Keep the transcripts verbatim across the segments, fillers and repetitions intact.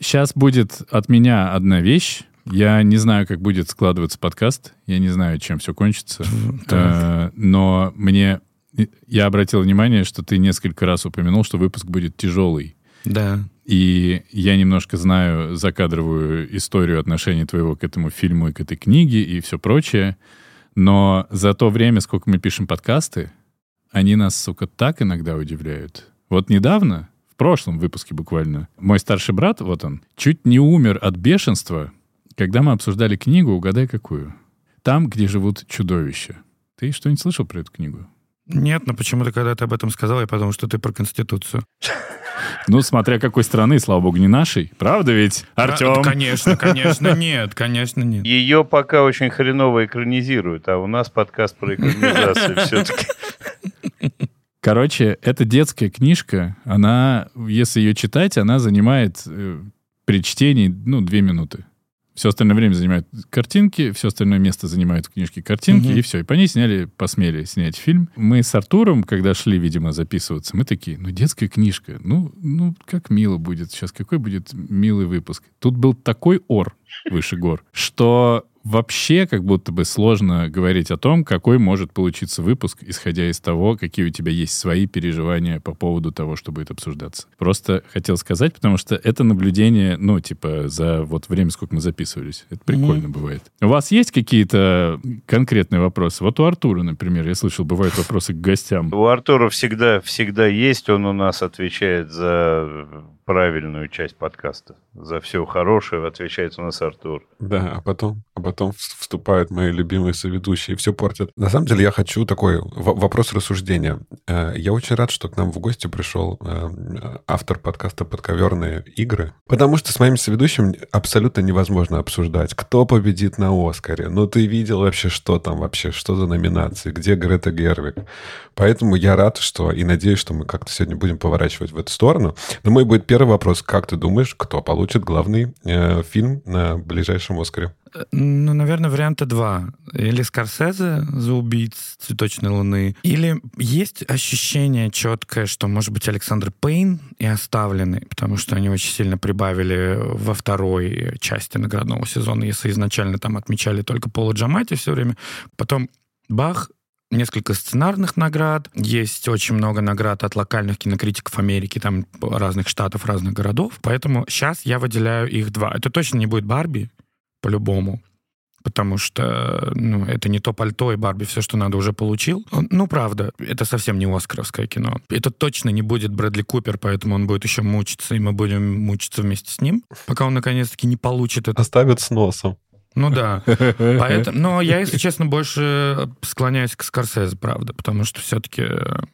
сейчас будет от меня одна вещь. Я не знаю, как будет складываться подкаст. Я не знаю, чем все кончится. Э, но мне... Я обратил внимание, что ты несколько раз упомянул, что выпуск будет тяжелый. Да. И я немножко знаю закадровую историю отношения твоего к этому фильму и к этой книге и все прочее. Но за то время, сколько мы пишем подкасты, они нас, сука, так иногда удивляют. Вот недавно, в прошлом выпуске буквально, мой старший брат, вот он, чуть не умер от бешенства, когда мы обсуждали книгу, угадай какую. «Там, где живут чудовища». Ты что-нибудь слышал про эту книгу? Нет, но почему-то, когда ты об этом сказал, я подумал, что ты про Конституцию. Ну, смотря какой страны, слава богу, не нашей. Правда ведь, Артем? А, конечно, конечно, нет, конечно, нет. Ее пока очень хреново экранизируют, а у нас подкаст про экранизацию все-таки. Короче, эта детская книжка, она, если ее читать, она занимает э, при чтении, ну, две минуты. Все остальное время занимают картинки, все остальное место занимают в книжке картинки, угу. И все. И по ней сняли, посмели снять фильм. Мы с Артуром, когда шли, видимо, записываться, мы такие, ну, детская книжка, ну, ну, как мило будет сейчас, какой будет милый выпуск. Тут был такой ор выше гор, что вообще как будто бы сложно говорить о том, какой может получиться выпуск, исходя из того, какие у тебя есть свои переживания по поводу того, что будет обсуждаться. Просто хотел сказать, потому что это наблюдение, ну, типа, за вот время, сколько мы записывались. Это прикольно mm-hmm. бывает. У вас есть какие-то конкретные вопросы? Вот у Артура, например, я слышал, бывают вопросы к гостям. У Артура всегда, всегда есть, он у нас отвечает за правильную часть подкаста. За все хорошее отвечает у нас Артур. Да, а потом, а потом вступают мои любимые соведущие и все портят. На самом деле я хочу такой в- вопрос рассуждения. Я очень рад, что к нам в гости пришел автор подкаста «Подковерные игры», потому что с моими соведущими абсолютно невозможно обсуждать, кто победит на Оскаре. Ну, ты видел вообще, что там вообще, что за номинации, где Грета Гервиг. Поэтому я рад, что и надеюсь, что мы как-то сегодня будем поворачивать в эту сторону. Но мой будет первый вопрос. Как ты думаешь, кто получит главный э, фильм на ближайшем Оскаре? Ну, наверное, варианта два. Или Скорсезе за «Убийц цветочной луны», или есть ощущение четкое, что, может быть, Александр Пейн и «Оставленный», потому что они очень сильно прибавили во второй части наградного сезона, если изначально там отмечали только Пола Джаматти все время. Потом бах, несколько сценарных наград, есть очень много наград от локальных кинокритиков Америки, там разных штатов, разных городов, поэтому сейчас я выделяю их два. Это точно не будет «Барби», по-любому, потому что ну, это не то пальто, и Барби все, что надо, уже получил. Ну, правда, это совсем не оскаровское кино. Это точно не будет Брэдли Купер, поэтому он будет еще мучиться, и мы будем мучиться вместе с ним, пока он наконец-таки не получит это. Оставят с носом. Ну да. Поэтому, но я, если честно, больше склоняюсь к Скорсезе, правда, потому что все-таки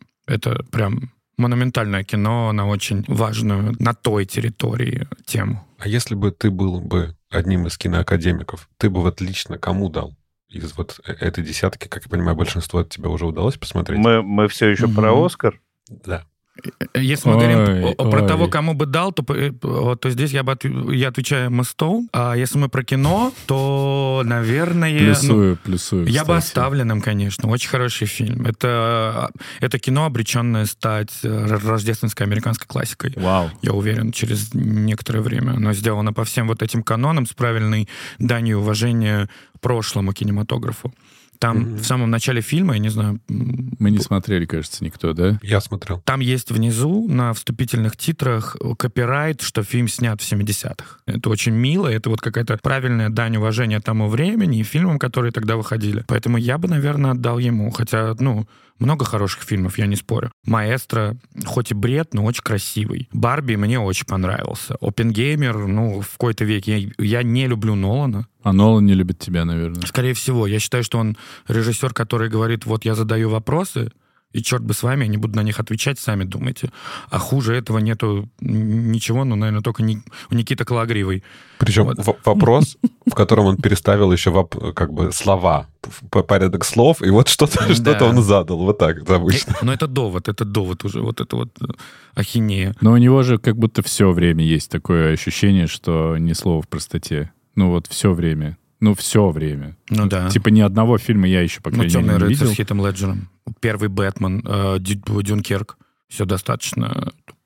это прям монументальное кино на очень важную на той территории тему. А если бы ты был бы одним из киноакадемиков, ты бы вот лично кому дал из вот этой десятки? Как я понимаю, большинство от тебя уже удалось посмотреть? Мы, мы все еще угу. про «Оскар»? Да. Если мы ой, говорим ой. про того, кому бы дал, то, то здесь я, бы от, я отвечаю Эмма Стоун. А если мы про кино, то, наверное... Плюсую, ну, плюсую, я кстати. бы «Оставленным», конечно. Очень хороший фильм. Это, это кино, обреченное стать рождественской американской классикой. Вау. Я уверен, через некоторое время. Оно сделано по всем вот этим канонам с правильной данью уважения прошлому кинематографу. Там mm-hmm. в самом начале фильма, я не знаю... Мы не смотрели, кажется, никто, да? Я смотрел. Там есть внизу на вступительных титрах копирайт, что фильм снят в семидесятых. Это очень мило, это вот какая-то правильная дань уважения тому времени и фильмам, которые тогда выходили. Поэтому я бы, наверное, отдал ему. Хотя, ну, много хороших фильмов, я не спорю. «Маэстро», хоть и бред, но очень красивый. «Барби» мне очень понравился. «Оппенгеймер», ну, в какой-то веке. Я, я не люблю Нолана. А Нолан не любит тебя, наверное. Скорее всего. Я считаю, что он режиссер, который говорит, вот я задаю вопросы, и черт бы с вами, я не буду на них отвечать, сами думайте. А хуже этого нету ничего, ну, наверное, только не, у Никиты Кологривой. Причем вот. в- вопрос, в котором он переставил еще воп- как бы слова, порядок слов, и вот что-то, да. что-то он задал. Вот так это обычно. Но это довод, это довод уже, вот это вот ахинея. Но у него же как будто все время есть такое ощущение, что ни слова в простоте. Ну вот все время. Ну, все время. Ну, да. Типа ни одного фильма я еще, по крайней мере, не видел. «Темный рыцарь» с Хитом Леджером. Первый «Бэтмен», э, Дюнкерк. Все достаточно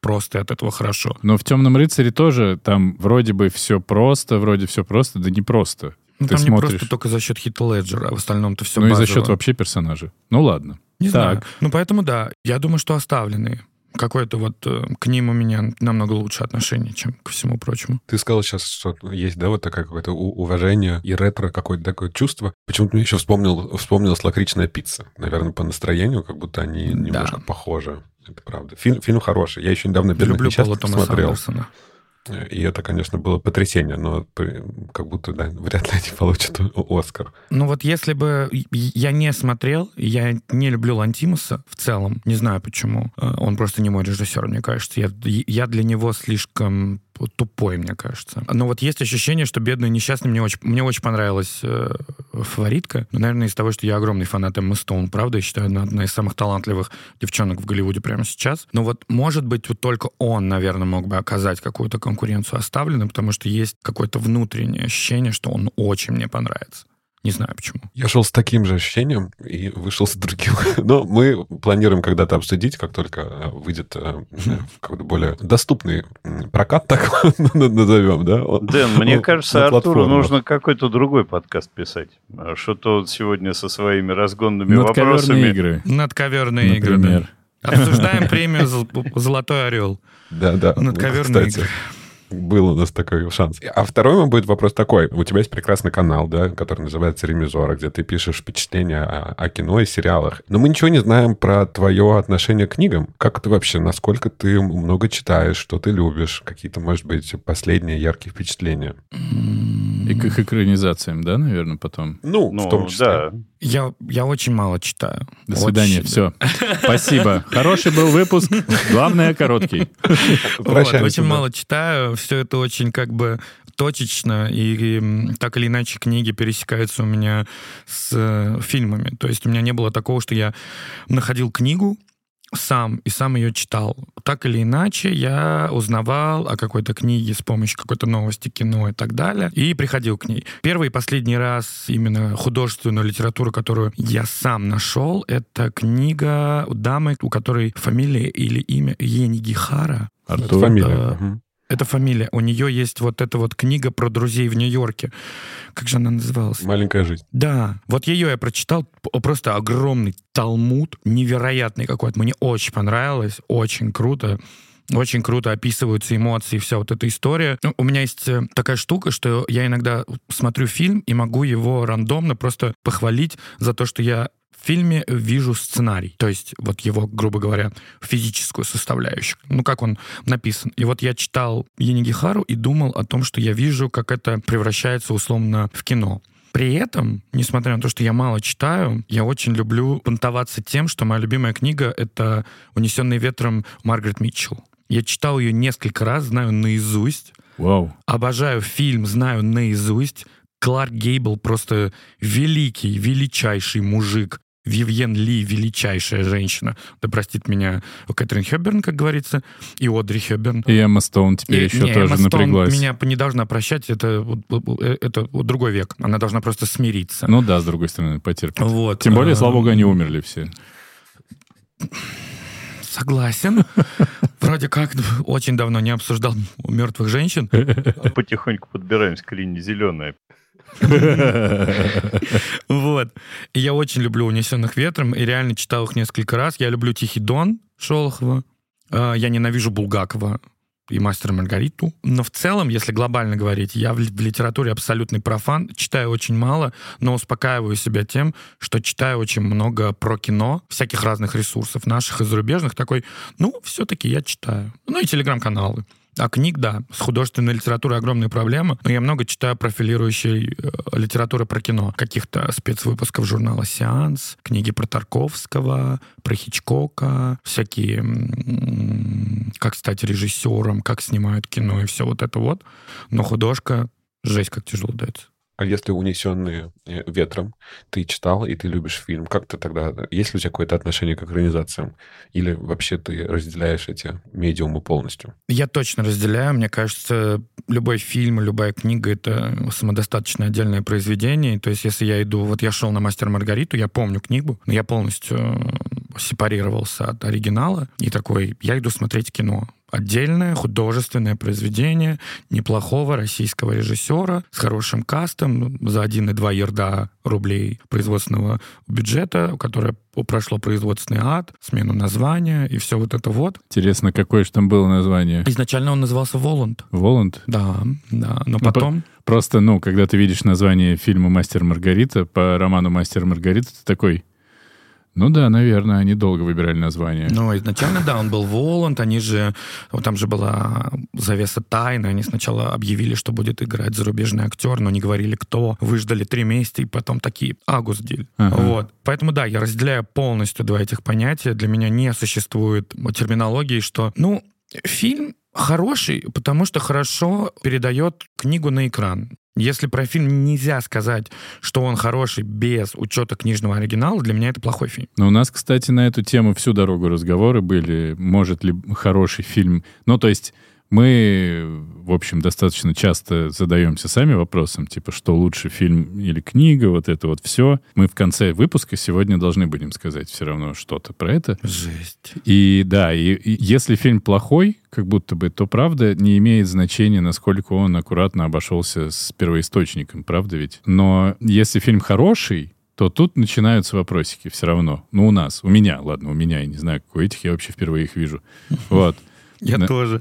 просто и от этого хорошо. Но в «Темном рыцаре» тоже там вроде бы все просто, вроде все просто, да не просто. Ну, Ты там смотришь... не просто только за счет Хита Леджера, а в остальном-то все Ну базово. и за счет вообще персонажа. Ну ладно. Не так. знаю. Ну поэтому да, я думаю, что оставленные. Какое-то вот э, к ним у меня намного лучше отношение, чем ко всему прочему. Ты сказал сейчас, что есть, да, вот такое какое-то уважение и ретро, какое-то такое чувство. Почему-то мне еще вспомнил, вспомнилась «Лакричная пицца». Наверное, по настроению, как будто они Да. немножко похожи. Это правда. Фильм, фильм хороший. Я еще недавно «Бедных Люблю Пола несчастных» Томаса смотрел. Андерсона. И это, конечно, было потрясение, но как будто, да, вряд ли они получат Оскар. Ну вот если бы я не смотрел, я не люблю Лантимоса в целом, не знаю почему. Он просто не мой режиссер, мне кажется. Я, я для него слишком тупой, мне кажется. Но вот есть ощущение, что «Бедный несчастный» мне очень, мне очень понравилась э, «Фаворитка». Ну, наверное, из того, что я огромный фанат Эммы Стоун, правда, я считаю, она одна из самых талантливых девчонок в Голливуде прямо сейчас. Но вот, может быть, вот только он, наверное, мог бы оказать какую-то конкуренцию оставленным, потому что есть какое-то внутреннее ощущение, что он очень мне понравится. Не знаю почему. Я шел с таким же ощущением и вышел с другим. Но мы планируем когда-то обсудить, как только выйдет какой-то более доступный прокат, так назовем, да? Дэн, мне кажется, Артуру нужно какой-то другой подкаст писать. Что-то он сегодня со своими разгонными вопросами... игры. Надковерные игры, например. Обсуждаем премию «Золотой орел». Да-да. Надковерные игры. Был у нас такой шанс. А второй мой будет вопрос такой. У тебя есть прекрасный канал, да, который называется «Ремизора», где ты пишешь впечатления о, о кино и сериалах. Но мы ничего не знаем про твое отношение к книгам. Как ты вообще, насколько ты много читаешь, что ты любишь? Какие-то, может быть, последние яркие впечатления? И к их экранизациям, да, наверное, потом? Ну, ну в том числе. Да. Я, я очень мало читаю. До свидания, очень, все. Да. Спасибо. Хороший был выпуск. Главное, короткий. Вот, очень мало читаю. Все это очень как бы точечно, и, и так или иначе книги пересекаются у меня с э, фильмами. То есть у меня не было такого, что я находил книгу сам и сам ее читал. Так или иначе, я узнавал о какой-то книге с помощью какой-то новости, кино и так далее, и приходил к ней. Первый и последний раз именно художественную литературу, которую я сам нашел, это книга дамы, у которой фамилия или имя Енигихара. Артур. Фамилия. Да. Угу. Это фамилия. У нее есть вот эта вот книга про друзей в Нью-Йорке. Как же она называлась? «Маленькая жизнь». Да. Вот ее я прочитал. Просто огромный талмуд. Невероятный какой-то. Мне очень понравилось. Очень круто. Очень круто описываются эмоции, вся вот эта история. Ну, у меня есть такая штука, что я иногда смотрю фильм и могу его рандомно просто похвалить за то, что я в фильме вижу сценарий, то есть вот его, грубо говоря, физическую составляющую, ну, как он написан. И вот я читал Енигихару и думал о том, что я вижу, как это превращается условно в кино. При этом, несмотря на то, что я мало читаю, я очень люблю понтоваться тем, что моя любимая книга — это «Унесенный ветром» Маргарет Митчелл. Я читал ее несколько раз, знаю наизусть. Вау. Обожаю фильм, знаю наизусть. Кларк Гейбл просто великий, величайший мужик. Вивьен Ли — величайшая женщина. Да простит меня Кэтрин Хёбберн, как говорится, и Одри Хёбберн. И Эмма Стоун теперь и, еще не, тоже Эмма напряглась. Стоун меня не должна прощать, это, это другой век. Она должна просто смириться. Ну да, с другой стороны, потерпеть. Вот. Тем более, слава богу, они умерли все. Согласен. Вроде как очень давно не обсуждал мертвых женщин. Потихоньку подбираемся к линии зеленая. Вот. И я очень люблю «Унесенных ветром», и реально читал их несколько раз. Я люблю «Тихий дон» Шолохова. Я ненавижу Булгакова и «Мастера и Маргариту». Но в целом, если глобально говорить, я в литературе абсолютный профан. Читаю очень мало, но успокаиваю себя тем, что читаю очень много про кино, всяких разных ресурсов, наших и зарубежных. Такой, ну, все-таки я читаю. Ну и телеграм-каналы. А книг, да, с художественной литературой огромные проблемы, но я много читаю профилирующей э, литературы про кино. Каких-то спецвыпусков журнала «Сеанс», книги про Тарковского, про Хичкока, всякие, м-м, как стать режиссером, как снимают кино и все вот это вот. Но художка, жесть, как тяжело дается. А если «Унесенные ветром» ты читал, и ты любишь фильм, как ты тогда... Есть ли у тебя какое-то отношение к экранизациям? Или вообще ты разделяешь эти медиумы полностью? Я точно разделяю. Мне кажется, любой фильм, любая книга — это самодостаточное отдельное произведение. То есть если я иду... Вот я шел на «Мастера и Маргариту», я помню книгу, но я полностью сепарировался от оригинала и такой, я иду смотреть кино. отдельное художественное произведение неплохого российского режиссера с хорошим кастом за один и два ярда рублей производственного бюджета, которое прошло производственный ад, смену названия и все вот это вот. Интересно, какое же там было название? Изначально он назывался «Воланд». «Воланд»? Да, да, но Ну, потом... по- Просто, ну, когда ты видишь название фильма «Мастер и Маргарита», по роману «Мастер и Маргарита», ты такой... Ну да, наверное, они долго выбирали название. Ну, изначально, да, он был Воланд, они же, вот там же была завеса тайны, они сначала объявили, что будет играть зарубежный актер, но не говорили, кто, выждали три месяца, и потом такие, Агусдиль. Ага. Вот. Поэтому, да, я разделяю полностью два этих понятия, для меня не существует терминологии, что, ну, фильм хороший, потому что хорошо передает книгу на экран. Если про фильм нельзя сказать, что он хороший без учета книжного оригинала, для меня это плохой фильм. Но у нас, кстати, на эту тему всю дорогу разговоры были, может ли хороший фильм... Ну, то есть мы, в общем, достаточно часто задаемся сами вопросом, типа, что лучше, фильм или книга, вот это вот все. Мы в конце выпуска сегодня должны будем сказать все равно что-то про это. Жесть. И да, и, и если фильм плохой, как будто бы, то, правда, не имеет значения, насколько он аккуратно обошелся с первоисточником, правда ведь? Но если фильм хороший, то тут начинаются вопросики все равно. Ну, у нас, у меня, ладно, у меня, я не знаю, как у этих, я вообще впервые их вижу. Вот. Я Да. тоже.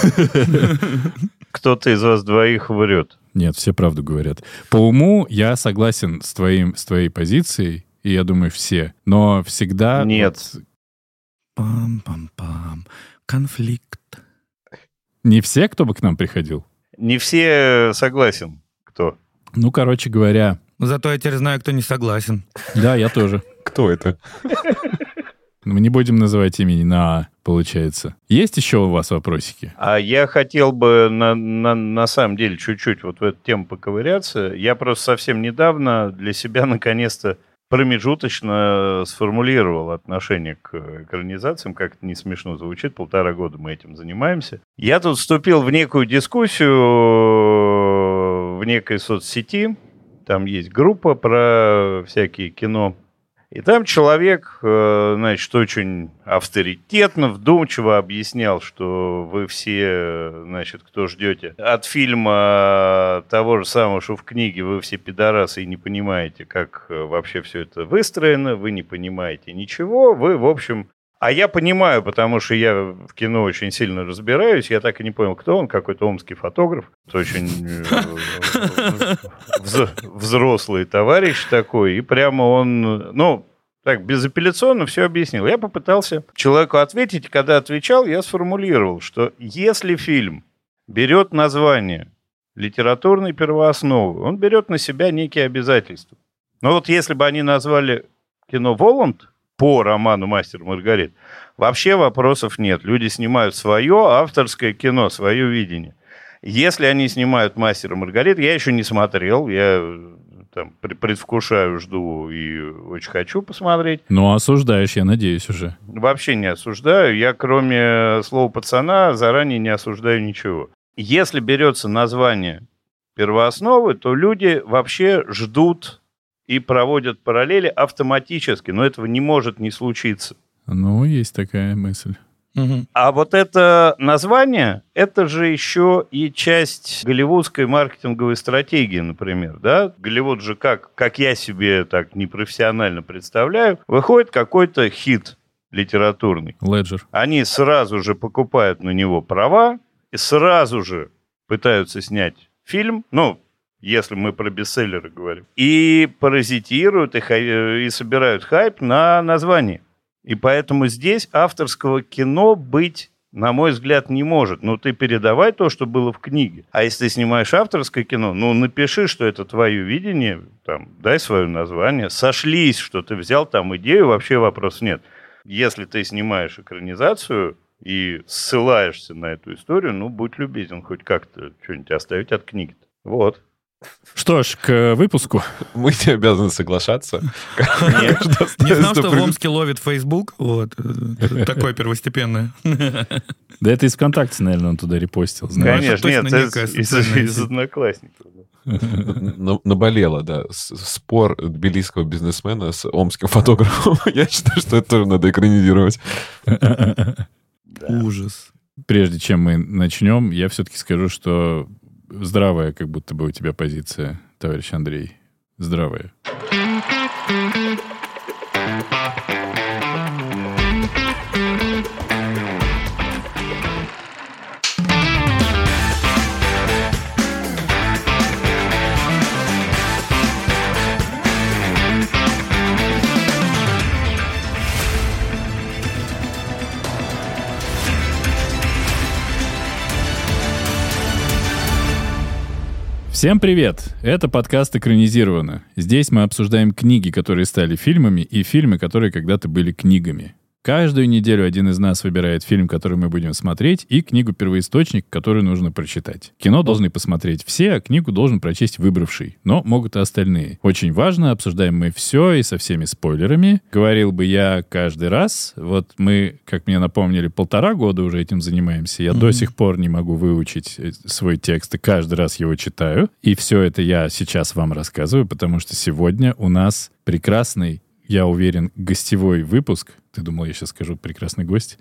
Кто-то из вас двоих врет. Нет, все правду говорят. По уму я согласен с, твоим, с твоей позицией, и я думаю, все. Но всегда... Нет. вот Пам-пам-пам. Конфликт. не все, кто бы к нам приходил. Не все согласен. Кто? Ну, короче говоря... Зато я теперь знаю, кто не согласен. Да, я тоже. Кто это? Мы не будем называть имени на «А», получается. Есть еще у вас вопросики? А я хотел бы на, на, на самом деле чуть-чуть вот в эту тему поковыряться. Я просто совсем недавно для себя наконец-то промежуточно сформулировал отношение к экранизациям, как это не смешно звучит, полтора года мы этим занимаемся. Я тут вступил в некую дискуссию в некой соцсети, там есть группа про всякие кино, и там человек, значит, очень авторитетно, вдумчиво объяснял, что вы все, значит, кто ждете от фильма того же самого, что в книге, вы все пидорасы и не понимаете, как вообще все это выстроено, вы не понимаете ничего, вы, в общем... А я понимаю, потому что я в кино очень сильно разбираюсь, я так и не понял, кто он, какой-то омский фотограф, очень взрослый товарищ такой, и прямо он, ну, так, безапелляционно все объяснил. Я попытался человеку ответить, и когда отвечал, я сформулировал, что если фильм берет название литературной первоосновы, он берет на себя некие обязательства. Но вот если бы они назвали кино «Воланд», по роману «Мастер и Маргарита», вообще вопросов нет. Люди снимают свое авторское кино, свое видение. Если они снимают «Мастер и Маргарита», я еще не смотрел, я там предвкушаю, жду и очень хочу посмотреть. Ну, осуждаешь, я надеюсь, уже. Вообще не осуждаю. Я, кроме слова «пацана», заранее не осуждаю ничего. Если берется название первоосновы, то люди вообще ждут и проводят параллели автоматически, но этого не может не случиться. Ну, есть такая мысль. Угу. А вот это название, это же еще и часть голливудской маркетинговой стратегии, например, да? Голливуд же, как, как я себе так непрофессионально представляю, выходит какой-то хит литературный. Леджер. Они сразу же покупают на него права и сразу же пытаются снять фильм, ну, если мы про бестселлеры говорим, и паразитируют и, хай... и собирают хайп на название. И поэтому здесь авторского кино быть, на мой взгляд, не может. Ну, ты передавай то, что было в книге. А если ты снимаешь авторское кино, ну, напиши, что это твое видение, там, дай свое название, сошлись, что ты взял там идею, вообще вопросов нет. Если ты снимаешь экранизацию и ссылаешься на эту историю, ну, будь любезен хоть как-то что-нибудь оставить от книги-то. Вот. Что ж, к выпуску. Мы не обязаны соглашаться. Нет. Не знал, что в Омске ловит Facebook. Вот. Такое первостепенное. Да это из ВКонтакте, наверное, он туда репостил. знаешь. Конечно, нет, точно это некая из, из- социальная из сеть. одноклассников. На- Наболело, да. С- Спор тбилисского бизнесмена с омским фотографом. Я считаю, что это тоже надо экранизировать. Да. Ужас. прежде чем мы начнем, я все-таки скажу, что здравая как будто бы у тебя позиция, товарищ Андрей. Здравая. Всем привет! Это подкаст «Экранизировано». Здесь мы обсуждаем книги, которые стали фильмами, и фильмы, которые когда-то были книгами. Каждую неделю один из нас выбирает фильм, который мы будем смотреть, и книгу-первоисточник, которую нужно прочитать. Кино должны посмотреть все, а книгу должен прочесть выбравший, но могут и остальные. Очень важно, обсуждаем мы все и со всеми спойлерами. Говорил бы я каждый раз. Вот мы, как мне напомнили, полтора года уже этим занимаемся. Я mm-hmm. до сих пор не могу выучить свой текст, и каждый раз его читаю. И все это я сейчас вам рассказываю, потому что сегодня у нас прекрасный, я уверен, гостевой выпуск. Ты думал, я сейчас скажу прекрасный гость?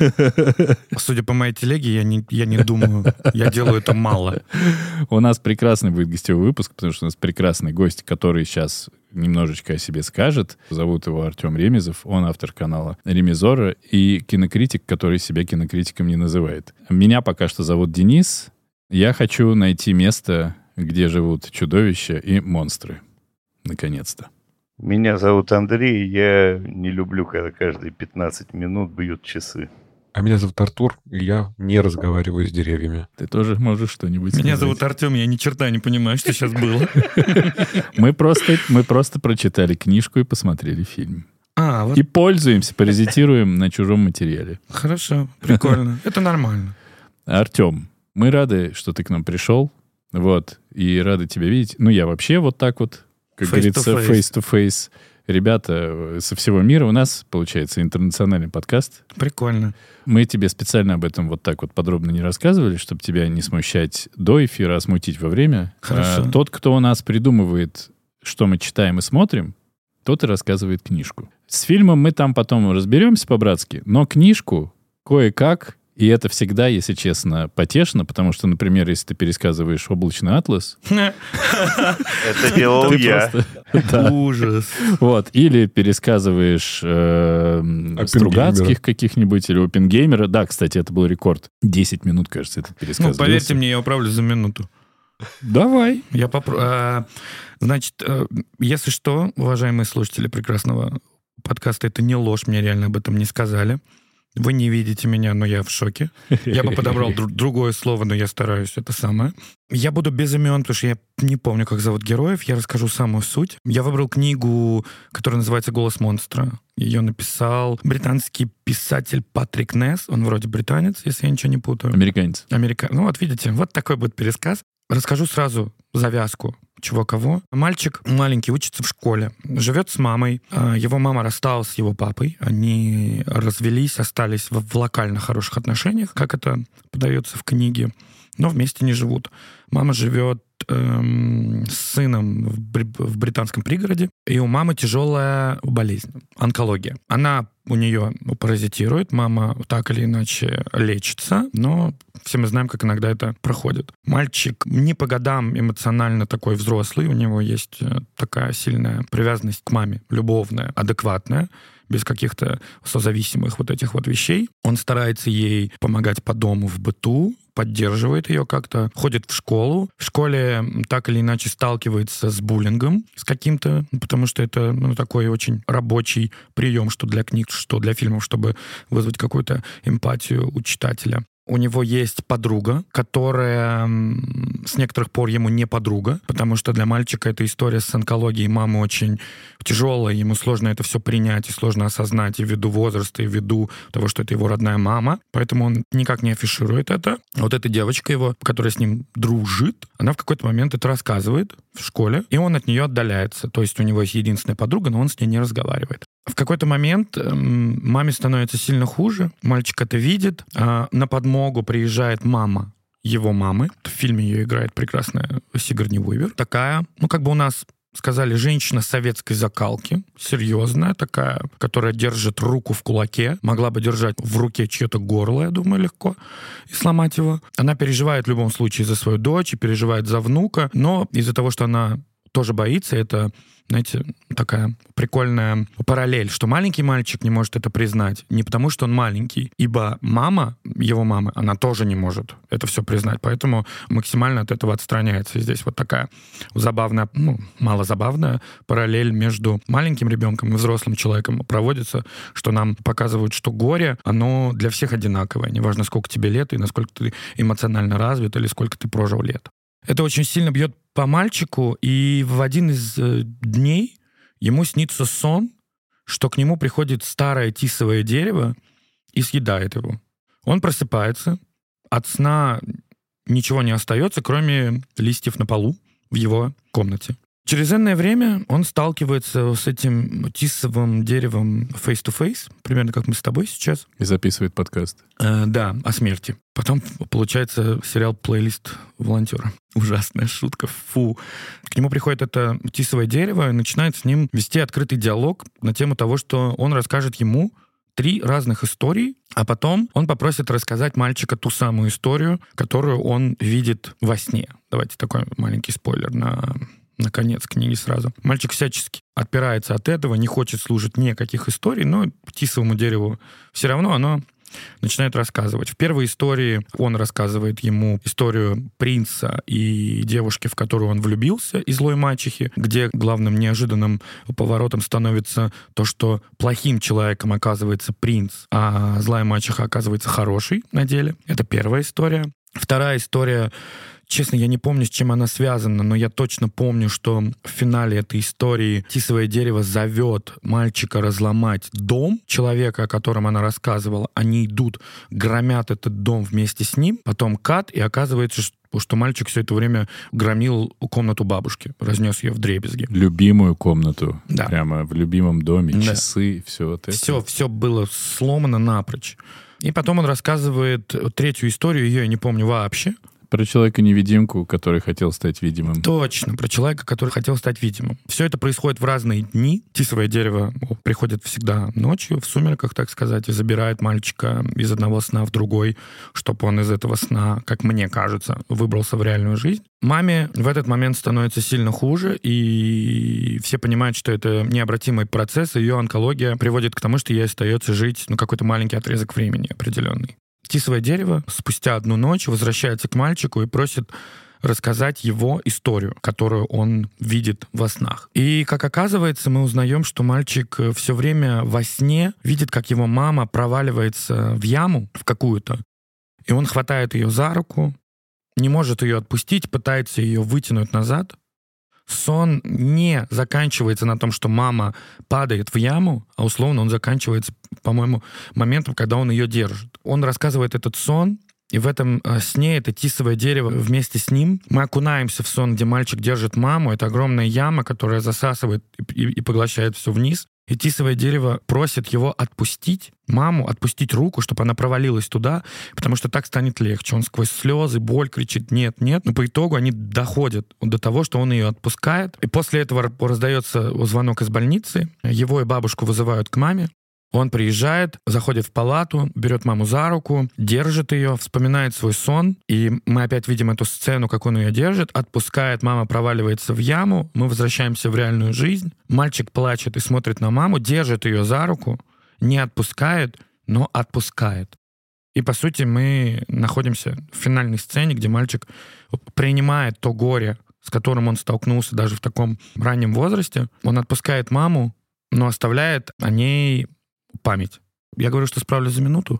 Судя по моей телеге, я не, я не думаю. Я делаю это мало. У нас прекрасный будет гостевой выпуск, потому что у нас прекрасный гость, который сейчас немножечко о себе скажет. Зовут его Артем Ремезов. Он автор канала Ремезора и кинокритик, который себя кинокритиком не называет. Меня пока что зовут Денис. Я хочу найти место, где живут чудовища и монстры. Наконец-то. Меня зовут Андрей, я не люблю, когда каждые пятнадцать минут бьют часы. А меня зовут Артур, и я не разговариваю с деревьями. Ты тоже можешь что-нибудь сказать? Меня зовут Артем, я ни черта не понимаю, что сейчас было. Мы просто, мы просто прочитали книжку и посмотрели фильм. А, вот. И пользуемся, паразитируем на чужом материале. Хорошо, прикольно. Это нормально. Артем, мы рады, что ты к нам пришел. Вот, и рады тебя видеть. Ну, я вообще вот так вот, как face говорится, face-to-face. Ребята со всего мира. У нас, получается, интернациональный подкаст. Прикольно. Мы тебе специально об этом вот так вот подробно не рассказывали, чтобы тебя не смущать до эфира, а смутить во время. Хорошо. А, тот, кто у нас придумывает, что мы читаем и смотрим, тот и рассказывает книжку. С фильмом мы там потом разберемся по-братски, но книжку кое-как... И это всегда, если честно, потешно, потому что, например, если ты пересказываешь «Облачный атлас», это делал я. Ужас. Вот. Или пересказываешь Стругацких каких-нибудь, или Оппенгеймера. Да, кстати, это был рекорд. десять минут, кажется, этот пересказ. Ну, поверьте мне, я управлюсь за минуту. Давай. Я попробую. Значит, если что, уважаемые слушатели прекрасного подкаста, это не ложь, мне реально об этом не сказали. Вы не видите меня, но я в шоке. Я бы подобрал дру- другое слово, но я стараюсь это самое. Я буду без имен, потому что я не помню, как зовут героев. Я расскажу самую суть. Я выбрал книгу, которая называется «Голос монстра». Ее написал британский писатель Патрик Несс. Он вроде британец, если я ничего не путаю. Американец. Америка... Ну вот видите, вот такой будет пересказ. Расскажу сразу завязку. Чего кого. Мальчик маленький учится в школе, живет с мамой. Его мама рассталась с его папой. Они развелись, остались в, в локально хороших отношениях, как это подается в книге, но вместе не живут. Мама живет эм, с сыном в, в британском пригороде, и у мамы тяжелая болезнь, онкология. Она у нее паразитирует, мама так или иначе лечится, но все мы знаем, как иногда это проходит. Мальчик не по годам эмоционально такой взрослый, у него есть такая сильная привязанность к маме, любовная, адекватная, без каких-то созависимых вот этих вот вещей. Он старается ей помогать по дому, в быту, поддерживает ее как-то, ходит в школу. В школе так или иначе сталкивается с буллингом, с каким-то, потому что это ну, такой очень рабочий прием, что для книг, что для фильмов, чтобы вызвать какую-то эмпатию у читателя. У него есть подруга, которая с некоторых пор ему не подруга, потому что для мальчика эта история с онкологией мамы очень тяжелая, ему сложно это все принять и сложно осознать и ввиду возраста, и ввиду того, что это его родная мама, поэтому он никак не афиширует это. Вот эта девочка его, которая с ним дружит, она в какой-то момент это рассказывает в школе, и он от нее отдаляется. То есть у него есть единственная подруга, но он с ней не разговаривает. В какой-то момент э, маме становится сильно хуже, мальчик это видит, э, на подмогу приезжает мама его мамы. В фильме ее играет прекрасная Сигурни Уивер. Такая, ну как бы у нас сказали, женщина советской закалки, серьезная такая, которая держит руку в кулаке, могла бы держать в руке чье-то горло, я думаю, легко, и сломать его. Она переживает в любом случае за свою дочь и переживает за внука, но из-за того, что она тоже боится, это, знаете, такая прикольная параллель, что маленький мальчик не может это признать не потому, что он маленький, ибо мама, его мама, она тоже не может это все признать, поэтому максимально от этого отстраняется. И здесь вот такая забавная, ну, малозабавная параллель между маленьким ребенком и взрослым человеком проводится, что нам показывают, что горе, оно для всех одинаковое, неважно, сколько тебе лет и насколько ты эмоционально развит или сколько ты прожил лет. Это очень сильно бьет по мальчику, и в один из э, дней ему снится сон, что к нему приходит старое тисовое дерево и съедает его. Он просыпается, от сна ничего не остается, кроме листьев на полу в его комнате. Через энное время он сталкивается с этим тисовым деревом face-to-face, примерно как мы с тобой сейчас. И записывает подкаст. Э, да, о смерти. Потом получается сериал «Плейлист волонтера». Ужасная шутка, фу. К нему приходит это тисовое дерево и начинает с ним вести открытый диалог на тему того, что он расскажет ему три разных истории, а потом он попросит рассказать мальчика ту самую историю, которую он видит во сне. Давайте такой маленький спойлер на... на конец книги сразу. Мальчик всячески отпирается от этого, не хочет слушать никаких историй, но тисовому дереву все равно оно начинает рассказывать. В первой истории он рассказывает ему историю принца и девушки, в которую он влюбился, и злой мачехи, где главным неожиданным поворотом становится то, что плохим человеком оказывается принц, а злая мачеха оказывается хорошей на деле. Это первая история. Вторая история, честно, я не помню, с чем она связана, но я точно помню, что в финале этой истории тисовое дерево зовет мальчика разломать дом человека, о котором она рассказывала. Они идут, громят этот дом вместе с ним, потом кат, и оказывается, что что мальчик все это время громил комнату бабушки, разнес ее вдребезги. Любимую комнату. Да. Прямо в любимом доме, Да. часы, все вот это. Все, все было сломано напрочь. И потом он рассказывает третью историю, ее я не помню вообще. Про человека-невидимку, который хотел стать видимым. Точно, про человека, который хотел стать видимым. Все это происходит в разные дни. Тисовое дерево приходит всегда ночью, в сумерках, так сказать, и забирает мальчика из одного сна в другой, чтобы он из этого сна, как мне кажется, выбрался в реальную жизнь. Маме в этот момент становится сильно хуже, и все понимают, что это необратимый процесс, и ее онкология приводит к тому, что ей остается жить ну, какой-то маленький отрезок времени определенный. Тисовое дерево спустя одну ночь возвращается к мальчику и просит рассказать его историю, которую он видит во снах. И, как оказывается, мы узнаем, что мальчик все время во сне видит, как его мама проваливается в яму в какую-то, и он хватает ее за руку, не может ее отпустить, пытается ее вытянуть назад. Сон не заканчивается на том, что мама падает в яму, а условно он заканчивается, по-моему, моментом, когда он ее держит. Он рассказывает этот сон, и в этом сне это тисовое дерево вместе с ним. Мы окунаемся в сон, где мальчик держит маму. Это огромная яма, которая засасывает и, и поглощает все вниз. И тисовое дерево просит его отпустить маму, отпустить руку, чтобы она провалилась туда, потому что так станет легче. Он сквозь слезы, боль кричит «нет, нет». Но по итогу они доходят до того, что он ее отпускает. И после этого раздается звонок из больницы. Его и бабушку вызывают к маме. Он приезжает, заходит в палату, берет маму за руку, держит ее, вспоминает свой сон, и мы опять видим эту сцену, как он ее держит, отпускает, мама проваливается в яму, мы возвращаемся в реальную жизнь, мальчик плачет и смотрит на маму, держит ее за руку, не отпускает, но отпускает. И, по сути, мы находимся в финальной сцене, где мальчик принимает то горе, с которым он столкнулся даже в таком раннем возрасте. Он отпускает маму, но оставляет о ней память. Я говорю, что справлюсь за минуту.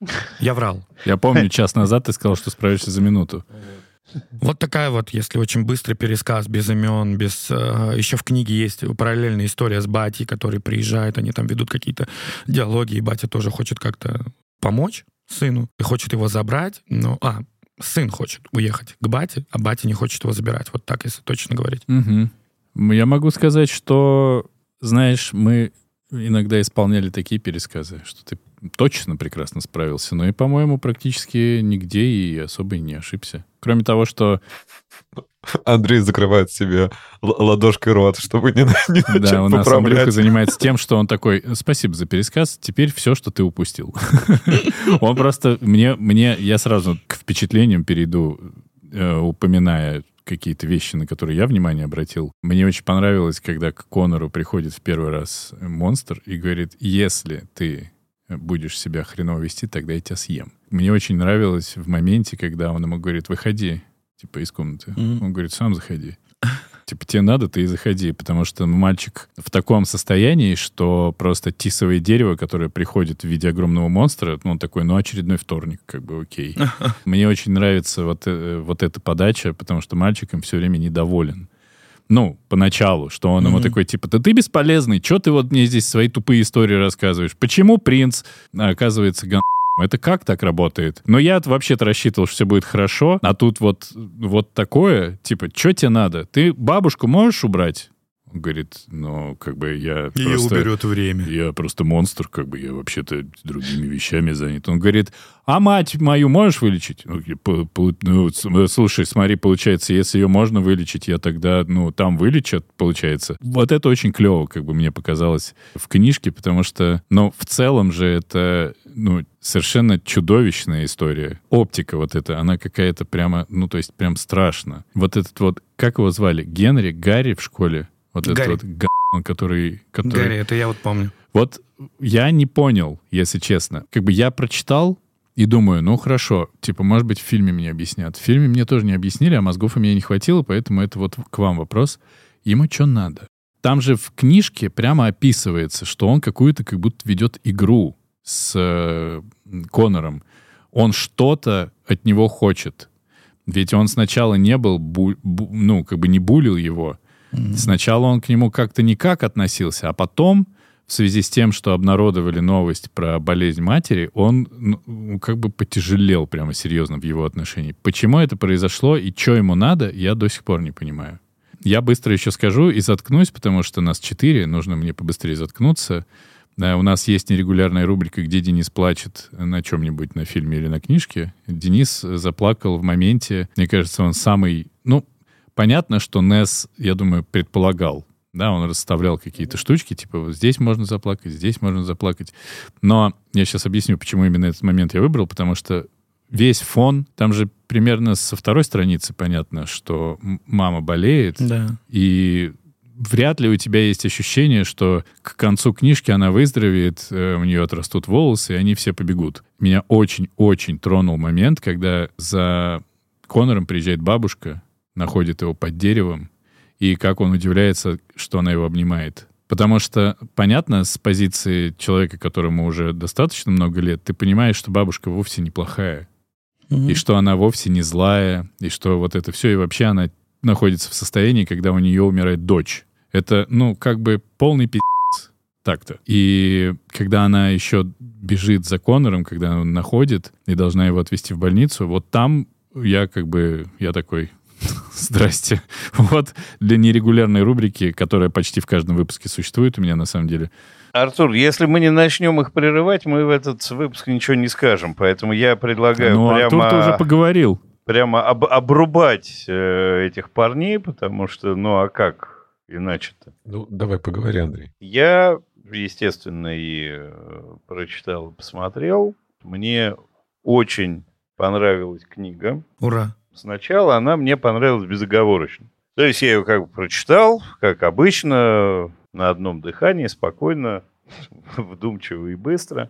Я врал. Я помню, час назад ты сказал, что справишься за минуту. Вот такая вот, если очень быстрый пересказ, без имен, без... Э, еще в книге есть параллельная история с батей, который приезжает, они там ведут какие-то диалоги, и батя тоже хочет как-то помочь сыну и хочет его забрать, но... А, сын хочет уехать к бате, а батя не хочет его забирать. Вот так, если точно говорить. Угу. Я могу сказать, что, знаешь, мы... иногда исполняли такие пересказы, что ты точно прекрасно справился. Но и, по-моему, практически нигде и особо и не ошибся. Кроме того, что... Андрей закрывает себе ладошкой рот, чтобы не, не начать Да, у нас поправлять. Андрюха занимается тем, что он такой: спасибо за пересказ, теперь все, что ты упустил. Он просто... мне, мне Я сразу к впечатлениям перейду, упоминая какие-то вещи, на которые я внимание обратил. Мне очень понравилось, когда к Конору приходит в первый раз монстр и говорит: если ты будешь себя хреново вести, тогда я тебя съем. Мне очень нравилось в моменте, когда он ему говорит: выходи, типа, из комнаты. Mm-hmm. Он говорит: сам заходи. Типа, тебе надо, ты и заходи. Потому что мальчик в таком состоянии, что просто тисовое дерево, которое приходит в виде огромного монстра, ну, он такой, ну, очередной вторник, как бы, окей. Мне очень нравится вот, вот эта подача, потому что мальчик им все время недоволен. Ну, поначалу, что он mm-hmm. ему такой, типа, да ты бесполезный, что ты вот мне здесь свои тупые истории рассказываешь? Почему принц, а, оказывается, ган... Это как так работает? Но я вообще-то рассчитывал, что все будет хорошо, а тут вот, вот такое, типа, что тебе надо? Ты бабушку можешь убрать? Он говорит: ну, как бы я Ее просто... уберет время. Я просто монстр, как бы я вообще-то другими вещами занят. Он говорит: а мать мою можешь вылечить? Ну, слушай, смотри, получается, если ее можно вылечить, я тогда, ну, там вылечат, получается. Вот это очень клево, как бы мне показалось в книжке, потому что, ну, в целом же это, ну, совершенно чудовищная история. Оптика вот эта, она какая-то прямо, ну, то есть прям страшно. Вот этот вот, как его звали? Генри? Гарри в школе? Вот Гарри. этот вот га***, который, который... Гарри, это я вот помню. Вот я не понял, если честно. Как бы я прочитал и думаю, ну хорошо, типа, может быть, в фильме мне объяснят. В фильме мне тоже не объяснили, а мозгов у меня не хватило, поэтому это вот к вам вопрос. Ему что надо? Там же в книжке прямо описывается, что он какую-то как будто ведет игру с э, Конором. Он что-то от него хочет. Ведь он сначала не был, бу- бу- ну, как бы не булил его. Mm-hmm. Сначала он к нему как-то никак относился, а потом, в связи с тем, что обнародовали новость про болезнь матери, он, ну, как бы потяжелел прямо серьезно в его отношении. Почему это произошло и что ему надо, я до сих пор не понимаю. Я быстро еще скажу и заткнусь, потому что нас четыре, нужно мне побыстрее заткнуться. У нас есть нерегулярная рубрика, где Денис плачет на чем-нибудь, на фильме или на книжке. Денис заплакал в моменте, мне кажется, он самый... Ну, понятно, что Несс, я думаю, предполагал. Да, он расставлял какие-то штучки, типа, вот здесь можно заплакать, здесь можно заплакать. Но я сейчас объясню, почему именно этот момент я выбрал, потому что весь фон, там же примерно со второй страницы понятно, что мама болеет, да. И вряд ли у тебя есть ощущение, что к концу книжки она выздоровеет, у нее отрастут волосы, и они все побегут. Меня очень-очень тронул момент, когда за Конором приезжает бабушка, находит его под деревом, и как он удивляется, что она его обнимает. Потому что, понятно, с позиции человека, которому уже достаточно много лет, ты понимаешь, что бабушка вовсе неплохая. Mm-hmm. И что она вовсе не злая, и что вот это все, и вообще она находится в состоянии, когда у нее умирает дочь. Это, ну, как бы полный пи***ц так-то. И когда она еще бежит за Конором, когда он находит и должна его отвезти в больницу, вот там я как бы, я такой... Здрасте. Вот для нерегулярной рубрики, которая почти в каждом выпуске существует у меня на самом деле. Артур, если мы не начнем их прерывать, мы в этот выпуск ничего не скажем. Поэтому я предлагаю ну, прямо... Артур, ты уже поговорил. Прямо об, обрубать э, этих парней, потому что, ну а как иначе-то? Ну, давай поговори, Андрей. Я, естественно, и э, прочитал, и посмотрел. Мне очень понравилась книга. Ура! Сначала она мне понравилась безоговорочно. То есть я ее как бы прочитал, как обычно, на одном дыхании, спокойно, вдумчиво и быстро.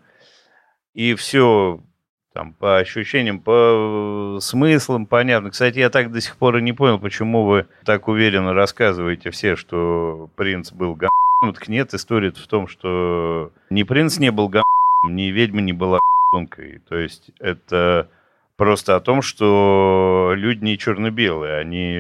И все там по ощущениям, по смыслам понятно. Кстати, я так до сих пор и не понял, почему вы так уверенно рассказываете все, что принц был г***м. Так нет, история в том, что ни принц не был г***м, ни ведьма не была г***нкой. То есть это... Просто о том, что люди не черно-белые, они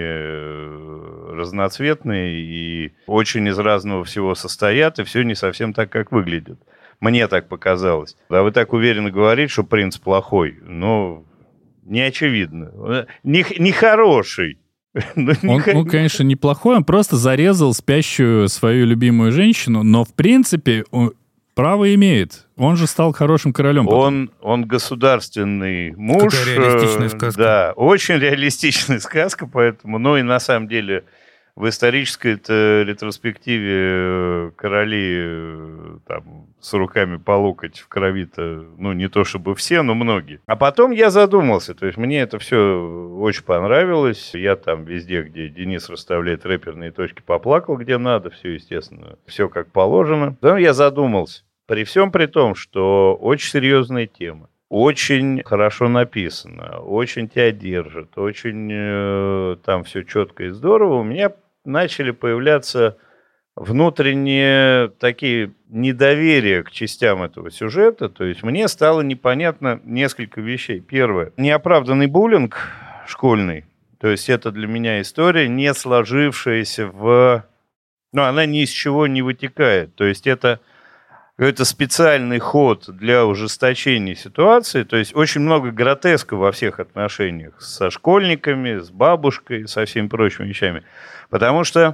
разноцветные и очень из разного всего состоят, и все не совсем так, как выглядит. Мне так показалось. А вы так уверенно говорите, что принц плохой, но не очевидно. Не, не хороший. Он, он, конечно, неплохой, он просто зарезал спящую свою любимую женщину, но, в принципе, он, Право имеет. Он же стал хорошим королем. Он, он государственный муж. Какая реалистичная сказка. Да, очень реалистичная сказка, поэтому, ну и на самом деле в исторической-то ретроспективе короли там с руками по локоть в крови-то, ну не то чтобы все, но многие. А потом я задумался, то есть мне это все очень понравилось. Я там везде, где Денис расставляет рэперные точки, поплакал, где надо, все, естественно, все как положено. Потом я задумался. При всем при том, что очень серьезная тема, очень хорошо написано, очень тебя держит, очень э, там все четко и здорово, у меня начали появляться внутренние такие недоверия к частям этого сюжета. То есть мне стало непонятно несколько вещей. Первое. Неоправданный буллинг школьный. То есть это для меня история, не сложившаяся в... Ну, она ни из чего не вытекает. То есть это... Это специальный ход для ужесточения ситуации. То есть очень много гротеска во всех отношениях. Со школьниками, с бабушкой, со всеми прочими вещами. Потому что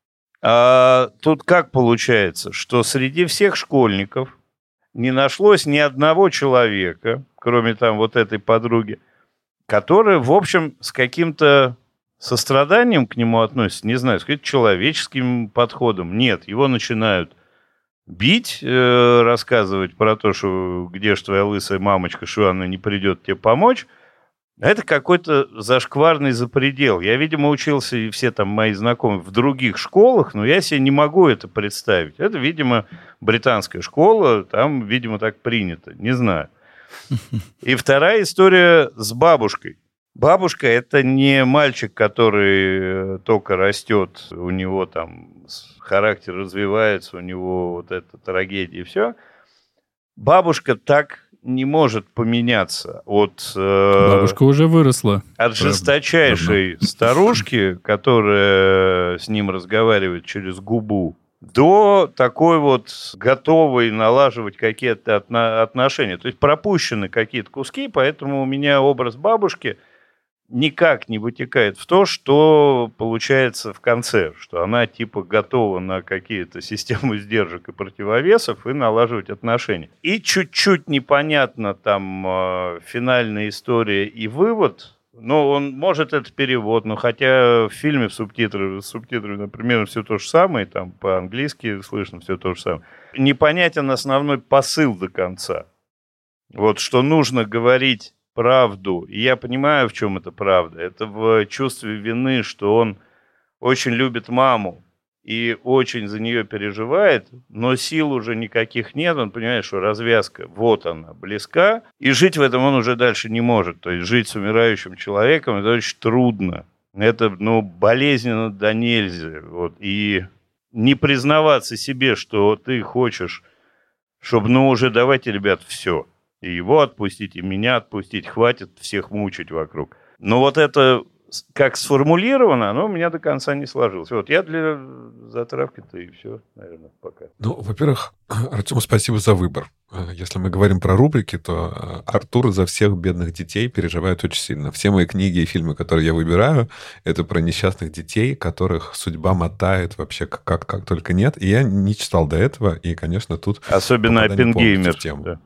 а, тут как получается, что среди всех школьников не нашлось ни одного человека, кроме там вот этой подруги, которая, в общем, с каким-то состраданием к нему относится, не знаю, с каким-то человеческим подходом. Нет, его начинают бить, э, рассказывать про то, что где ж твоя лысая мамочка, что она не придет тебе помочь. Это какой-то зашкварный запредел. Я, видимо, учился, и все там мои знакомые, в других школах, но я себе не могу это представить. Это, видимо, британская школа, там, видимо, так принято. Не знаю. И вторая история с бабушкой. Бабушка – это не мальчик, который только растет, у него там характер развивается, у него вот эта трагедия и все. Бабушка так не может поменяться от... Э, Бабушка уже выросла. От жесточайшей давно. Старушки, которая с ним разговаривает через губу, до такой вот готовой налаживать какие-то отно- отношения. То есть пропущены какие-то куски, поэтому у меня образ бабушки никак не вытекает в то, что получается в конце, что она типа готова на какие-то системы сдержек и противовесов и налаживать отношения. И чуть-чуть непонятно там э, финальная история и вывод, но он может это перевод, но хотя в фильме в субтитрах, с субтитрами, например, все то же самое, там по-английски слышно все то же самое. Непонятен основной посыл до конца. Вот что нужно говорить правду. И я понимаю, в чем это правда. Это в чувстве вины, что он очень любит маму и очень за нее переживает, но сил уже никаких нет. Он понимает, что развязка, вот она, близка. И жить в этом он уже дальше не может. То есть жить с умирающим человеком, это очень трудно. Это, ну, болезненно до нельзя. Вот. И не признаваться себе, что ты хочешь, чтобы, ну, уже давайте, ребят, все. И его отпустить, и меня отпустить. Хватит всех мучить вокруг. Но вот это, как сформулировано, оно у меня до конца не сложилось. Вот я для затравки-то и все, наверное, пока. Ну, во-первых, Артему спасибо за выбор. Если мы говорим про рубрики, то Артур за всех бедных детей переживает очень сильно. Все мои книги и фильмы, которые я выбираю, это про несчастных детей, которых судьба мотает вообще как, как, как только нет. И я не читал до этого, и, конечно, тут... Особенно Оппенгеймер. Да.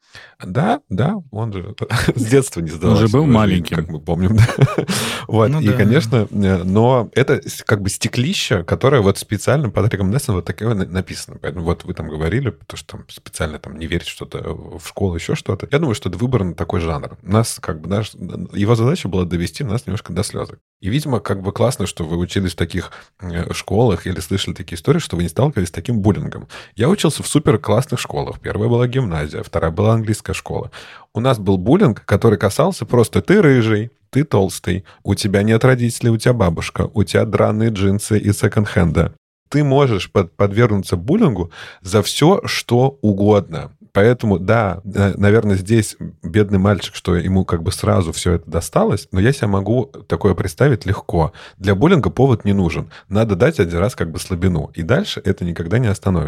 Да, да, он же с детства не сдавался. Он же был маленьким. Как мы помним. Вот, ну, и, да. конечно, но это как бы стеклище, которое вот специально под рекомендацией вот такое написано. Поэтому вот вы там говорили, то, что там специально там не верить что-то в школу, еще что-то. Я думаю, что это выбран такой жанр. Нас как бы, наш, его задача была довести нас немножко до слезы. И, видимо, как бы классно, что вы учились в таких школах или слышали такие истории, что вы не сталкивались с таким буллингом. Я учился в супер классных школах. Первая была гимназия, вторая была английская школа. У нас был буллинг, который касался просто ты рыжий, ты толстый, у тебя нет родителей, у тебя бабушка, у тебя драные джинсы и секонд-хенда. Ты можешь под, подвергнуться буллингу за все, что угодно. Поэтому, да, наверное, здесь бедный мальчик, что ему как бы сразу все это досталось, но я себе могу такое представить легко. Для буллинга повод не нужен. Надо дать один раз как бы слабину, и дальше это никогда не остановится.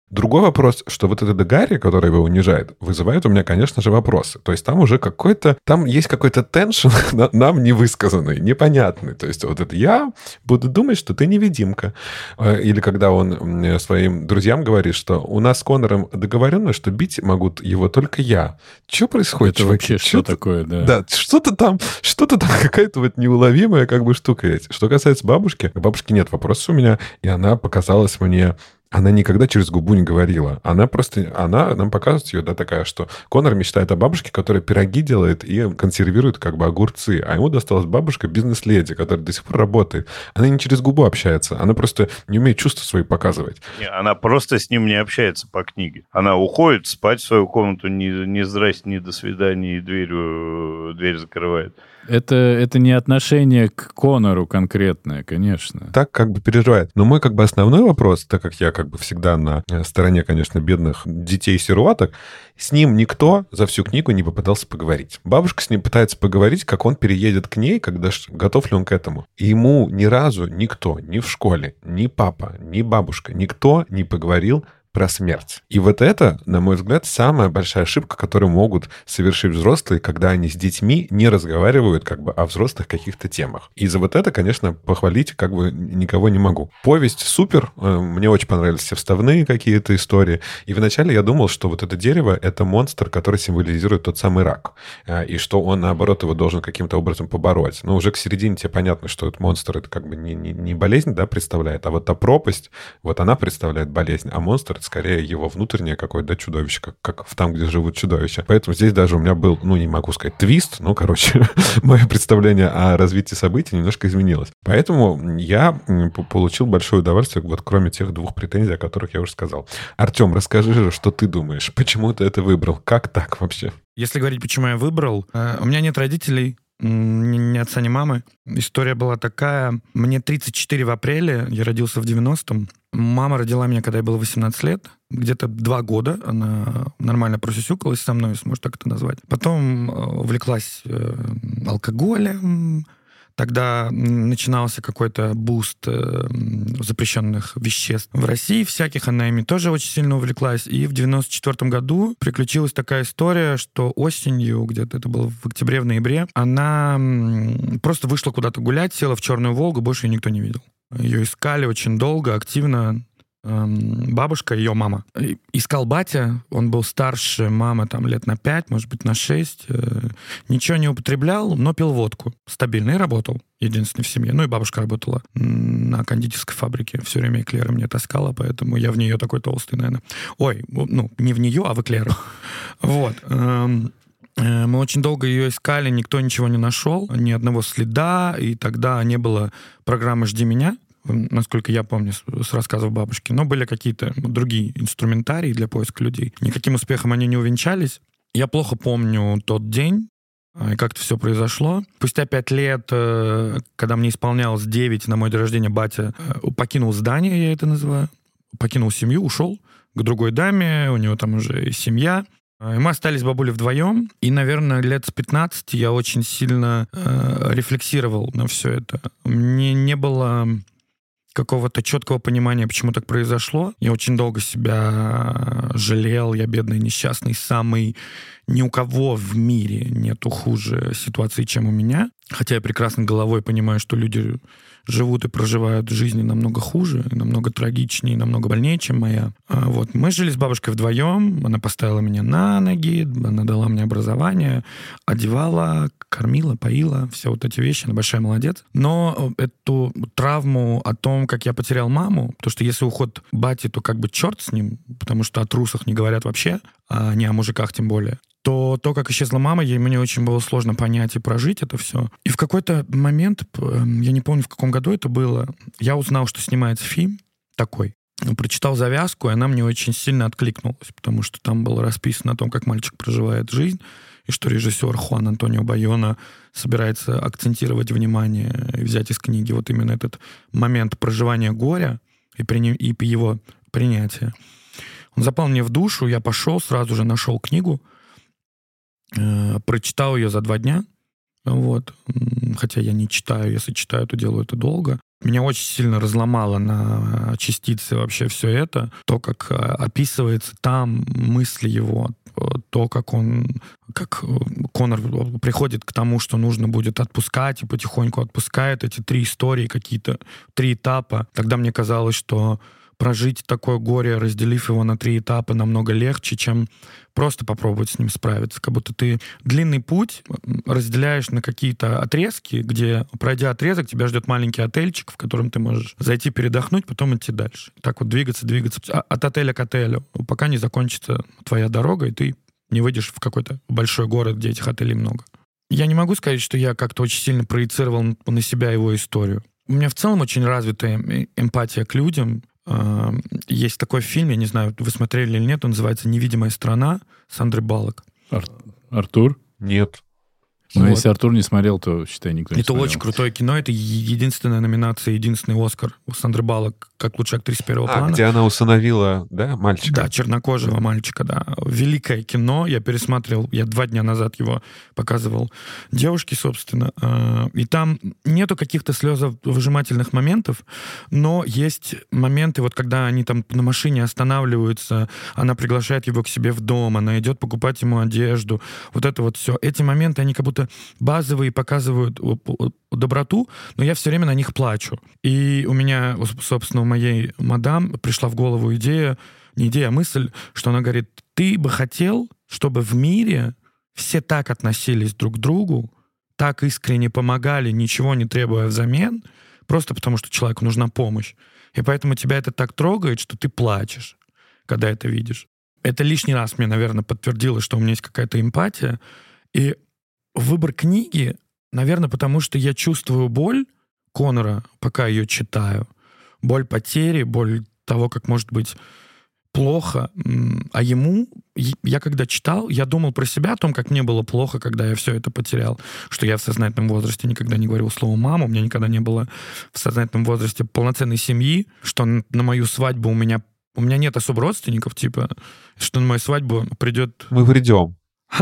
Другой вопрос, что вот этот Гарри, который его унижает, вызывает у меня, конечно же, вопросы. То есть там уже какой-то, там есть какой-то теншн нам невысказанный, непонятный. То есть вот это я буду думать, что ты невидимка. Или когда он своим друзьям говорит, что у нас с Конором договоренность, что бить могут его только я. Что происходит, это чуваки? вообще что такое, да? Да, что-то там, что-то там какая-то вот неуловимая как бы штука есть. Что касается бабушки, к бабушке нет вопросов у меня, и она показалась мне... Она никогда через губу не говорила. Она просто, она нам показывает ее, да, такая, что Конор мечтает о бабушке, которая пироги делает и консервирует как бы огурцы. А ему досталась бабушка бизнес-леди, которая до сих пор работает. Она не через губу общается. Она просто не умеет чувства свои показывать. Не, она просто с ним не общается по книге. Она уходит спать в свою комнату, ни, ни здрасте, ни до свидания, и дверь, дверь закрывает. Это, это не отношение к Конору конкретное, конечно. Так как бы переживает. Но мой как бы основной вопрос, так как я как бы всегда на стороне, конечно, бедных детей-сироток, с ним никто за всю книгу не попытался поговорить. Бабушка с ним пытается поговорить, как он переедет к ней, когда готов ли он к этому. И ему ни разу никто, ни в школе, ни папа, ни бабушка, никто не поговорил про смерть. И вот это, на мой взгляд, самая большая ошибка, которую могут совершить взрослые, когда они с детьми не разговаривают как бы о взрослых каких-то темах. И за вот это, конечно, похвалить как бы никого не могу. Повесть супер. Мне очень понравились все вставные какие-то истории. И вначале я думал, что вот это дерево — это монстр, который символизирует тот самый рак. И что он, наоборот, его должен каким-то образом побороть. Но уже к середине тебе понятно, что этот монстр — это как бы не, не, не болезнь, да, представляет, а вот та пропасть, вот она представляет болезнь, а монстр — скорее его внутреннее какое-то, да, чудовище, как, как в там, где живут чудовища. Поэтому здесь даже у меня был, ну, не могу сказать твист, но, короче, мое представление о развитии событий немножко изменилось. Поэтому я получил большое удовольствие, вот кроме тех двух претензий, о которых я уже сказал. Артем, расскажи же, что ты думаешь? Почему ты это выбрал? Как так вообще? Если говорить, почему я выбрал, у меня нет родителей, ни отца, ни мамы. История была такая. Мне тридцать четыре в апреле, я родился в девяностом. Мама родила меня, когда я был восемнадцать лет. Где-то два года она нормально просюсюкалась со мной, если можно так это назвать. Потом увлеклась алкоголем. Тогда начинался какой-то буст э, запрещенных веществ в России всяких, она ими тоже очень сильно увлеклась. И в девяносто четвёртом году приключилась такая история, что осенью, где-то это было в октябре, в ноябре, она просто вышла куда-то гулять, села в черную «Волгу», больше ее никто не видел. Ее искали очень долго, активно. Бабушка, ее мама. Искал батя, он был старше мамы там лет на пять, может быть, на шесть. Ничего не употреблял, но пил водку. Стабильно и работал. Единственный в семье. Ну и бабушка работала на кондитерской фабрике. Все время эклеры мне таскала, поэтому я в нее такой толстый, наверное. Ой, ну, не в нее, а в эклеры. Вот. Мы очень долго ее искали, никто ничего не нашел, ни одного следа, и тогда не было программы «Жди меня», насколько я помню с рассказов бабушки, но были какие-то другие инструментарии для поиска людей. Никаким успехом они не увенчались. Я плохо помню тот день, и как-то все произошло. Спустя пять лет, когда мне исполнялось девять, на мой день рождения, батя покинул здание, я это называю, покинул семью, ушел к другой даме, у него там уже семья. И мы остались с бабулей вдвоем, и, наверное, лет с пятнадцати я очень сильно э, рефлексировал на все это. Мне не было какого-то четкого понимания, почему так произошло. Я очень долго себя жалел, я бедный, несчастный, самый... Ни у кого в мире нету хуже ситуации, чем у меня. Хотя я прекрасно головой понимаю, что люди живут и проживают жизни намного хуже, намного трагичнее, намного больнее, чем моя. А вот. Мы жили с бабушкой вдвоем, она поставила меня на ноги, она дала мне образование, одевала, кормила, поила, все вот эти вещи, она большая молодец. Но эту травму о том, как я потерял маму, потому что если уход бати, то как бы черт с ним, потому что о трусах не говорят вообще, а не о мужиках тем более, то то, как исчезла мама, ей, мне очень было сложно понять и прожить это все. И в какой-то момент, я не помню, в каком году это было, я узнал, что снимается фильм такой. Прочитал завязку, и она мне очень сильно откликнулась, потому что там было расписано о том, как мальчик проживает жизнь, и что режиссер Хуан Антонио Байона собирается акцентировать внимание и взять из книги вот именно этот момент проживания горя и, при... и его принятия. Он запал мне в душу, я пошел, сразу же нашел книгу, э, прочитал ее за два дня, вот. Хотя я не читаю, если читаю, то делаю это долго. меня очень сильно разломало на частицы вообще все это. То, как описывается там мысли его, то, как он, как Конор приходит к тому, что нужно будет отпускать, и потихоньку отпускает эти три истории, какие-то три этапа. Тогда мне казалось, что прожить такое горе, разделив его на три этапа, намного легче, чем просто попробовать с ним справиться. Как будто ты длинный путь разделяешь на какие-то отрезки, где, пройдя отрезок, тебя ждет маленький отельчик, в котором ты можешь зайти передохнуть, потом идти дальше. Так вот двигаться, двигаться от отеля к отелю, пока не закончится твоя дорога, и ты не выйдешь в какой-то большой город, где этих отелей много. Я не могу сказать, что я как-то очень сильно проецировал на себя его историю. У меня в целом очень развитая эмпатия к людям. Есть такой фильм, я не знаю, вы смотрели или нет, он называется «Невидимая страна» с Сандрой Баллок. Ар- Артур? Нет. Ну, вот. если Артур не смотрел, то, считай, никто не Это смотрел. очень крутое кино. Это единственная номинация, единственный Оскар у Сандры Баллок как лучшая актриса первого А, плана. где она усыновила, да, мальчика? Да, чернокожего мальчика, да. Великое кино. Я пересматривал, я два дня назад его показывал девушке, собственно. И там нету каких-то слезовыжимательных моментов, но есть моменты, вот когда они там на машине останавливаются, она приглашает его к себе в дом, она идет покупать ему одежду. Вот это вот все. Эти моменты, они как будто базовые, показывают доброту, но я все время на них плачу. И у меня, собственно, у моей мадам пришла в голову идея, не идея, а мысль, что она говорит, ты бы хотел, чтобы в мире все так относились друг к другу, так искренне помогали, ничего не требуя взамен, просто потому что человеку нужна помощь. И поэтому тебя это так трогает, что ты плачешь, когда это видишь. Это лишний раз мне, наверное, подтвердило, что у меня есть какая-то эмпатия. И выбор книги, наверное, потому что я чувствую боль Конора, пока ее читаю. Боль потери, боль того, как может быть плохо. А ему, я когда читал, я думал про себя о том, как мне было плохо, когда я все это потерял. Что я в сознательном возрасте никогда не говорил слово «мама», у меня никогда не было в сознательном возрасте полноценной семьи, что на мою свадьбу у меня, у меня нет особо родственников, типа, что на мою свадьбу придет... Мы придем.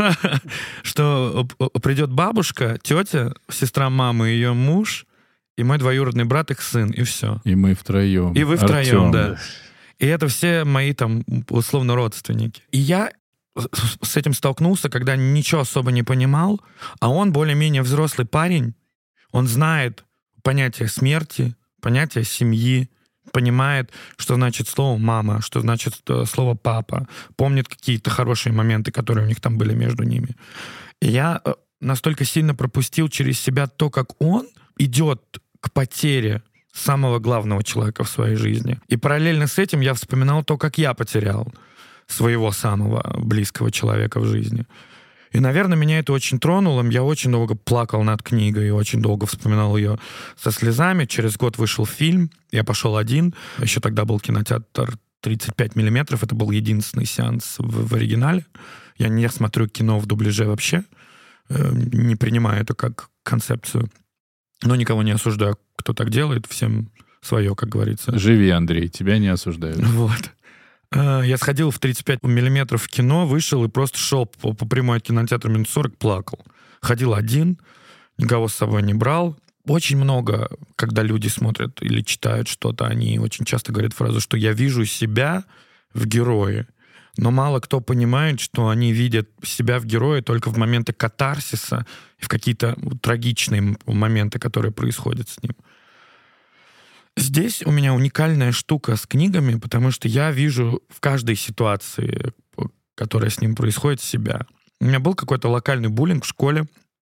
Что придет бабушка, тетя, сестра мамы, ее муж, и мой двоюродный брат, их сын, и все. И мы втроем. И вы втроем, Артем. да. И это все мои там условно родственники. И я с этим столкнулся, когда ничего особо не понимал, а он более-менее взрослый парень, он знает понятие смерти, понятие семьи, понимает, что значит слово «мама», что значит слово «папа», помнит какие-то хорошие моменты, которые у них там были между ними. И я настолько сильно пропустил через себя то, как он идет к потере самого главного человека в своей жизни. И параллельно с этим я вспоминал то, как я потерял своего самого близкого человека в жизни. И, наверное, меня это очень тронуло. Я очень долго плакал над книгой, очень долго вспоминал ее со слезами. Через год вышел фильм, я пошел один. Еще тогда был кинотеатр тридцать пять миллиметров, это был единственный сеанс в, в оригинале. Я не смотрю кино в дубляже вообще, не принимаю это как концепцию. Но никого не осуждаю, кто так делает, всем свое, как говорится. Живи, Андрей, тебя не осуждают. Вот. Я сходил в тридцать пять миллиметров в кино, вышел и просто шел по, по прямой от кинотеатра минут сорок, плакал. Ходил один, никого с собой не брал. Очень много, когда люди смотрят или читают что-то, они очень часто говорят фразу, что я вижу себя в герое. Но мало кто понимает, что они видят себя в герое только в моменты катарсиса и в какие-то трагичные моменты, которые происходят с ним. Здесь у меня уникальная штука с книгами, потому что я вижу в каждой ситуации, которая с ним происходит, себя. У меня был какой-то локальный буллинг в школе.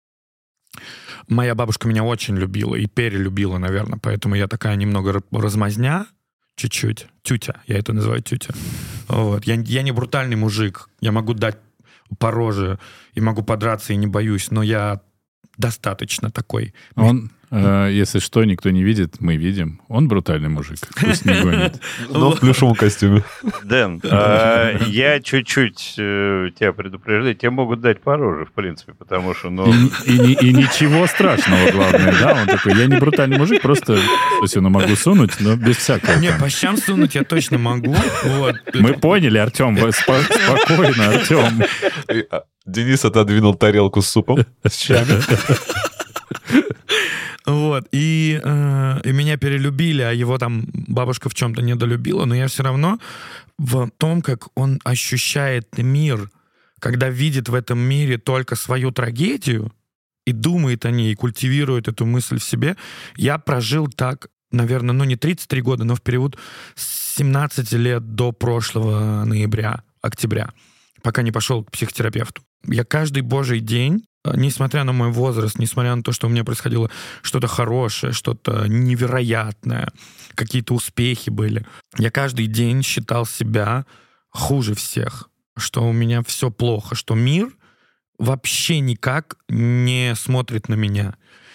Моя бабушка меня очень любила и перелюбила, наверное, поэтому я такая немного размазня, чуть-чуть. Тютя, я это называю тютя. Вот. Я, я не брутальный мужик, я могу дать по роже и могу подраться и не боюсь, но я достаточно такой. Он, э, если что, никто не видит, мы видим. Он брутальный мужик, пусть не гонит. Но в плюшевом костюме. Дэн, а, я чуть-чуть э, тебя предупреждаю, тебе могут дать по роже, в принципе, потому что... Ну... И, и, и, и ничего страшного, главное, да? Он такой, я не брутальный мужик, просто все могу сунуть, но без всякого. Не, там. по щам сунуть я точно могу. Вот. Мы поняли, Артем, вы спо- спокойно, Артем. Денис отодвинул тарелку с супом с щами. Вот. И, э, и меня перелюбили, а его там бабушка в чем-то недолюбила, но я все равно в том, как он ощущает мир, когда видит в этом мире только свою трагедию и думает о ней, и культивирует эту мысль в себе, я прожил так, наверное, ну не тридцать три года, но в период с семнадцати лет до прошлого ноября, октября, пока не пошел к психотерапевту. Я каждый божий день, несмотря на мой возраст, несмотря на то, что у меня происходило что-то хорошее, что-то невероятное, какие-то успехи были, я каждый день считал себя хуже всех, что у меня все плохо, что мир вообще никак не смотрит на меня.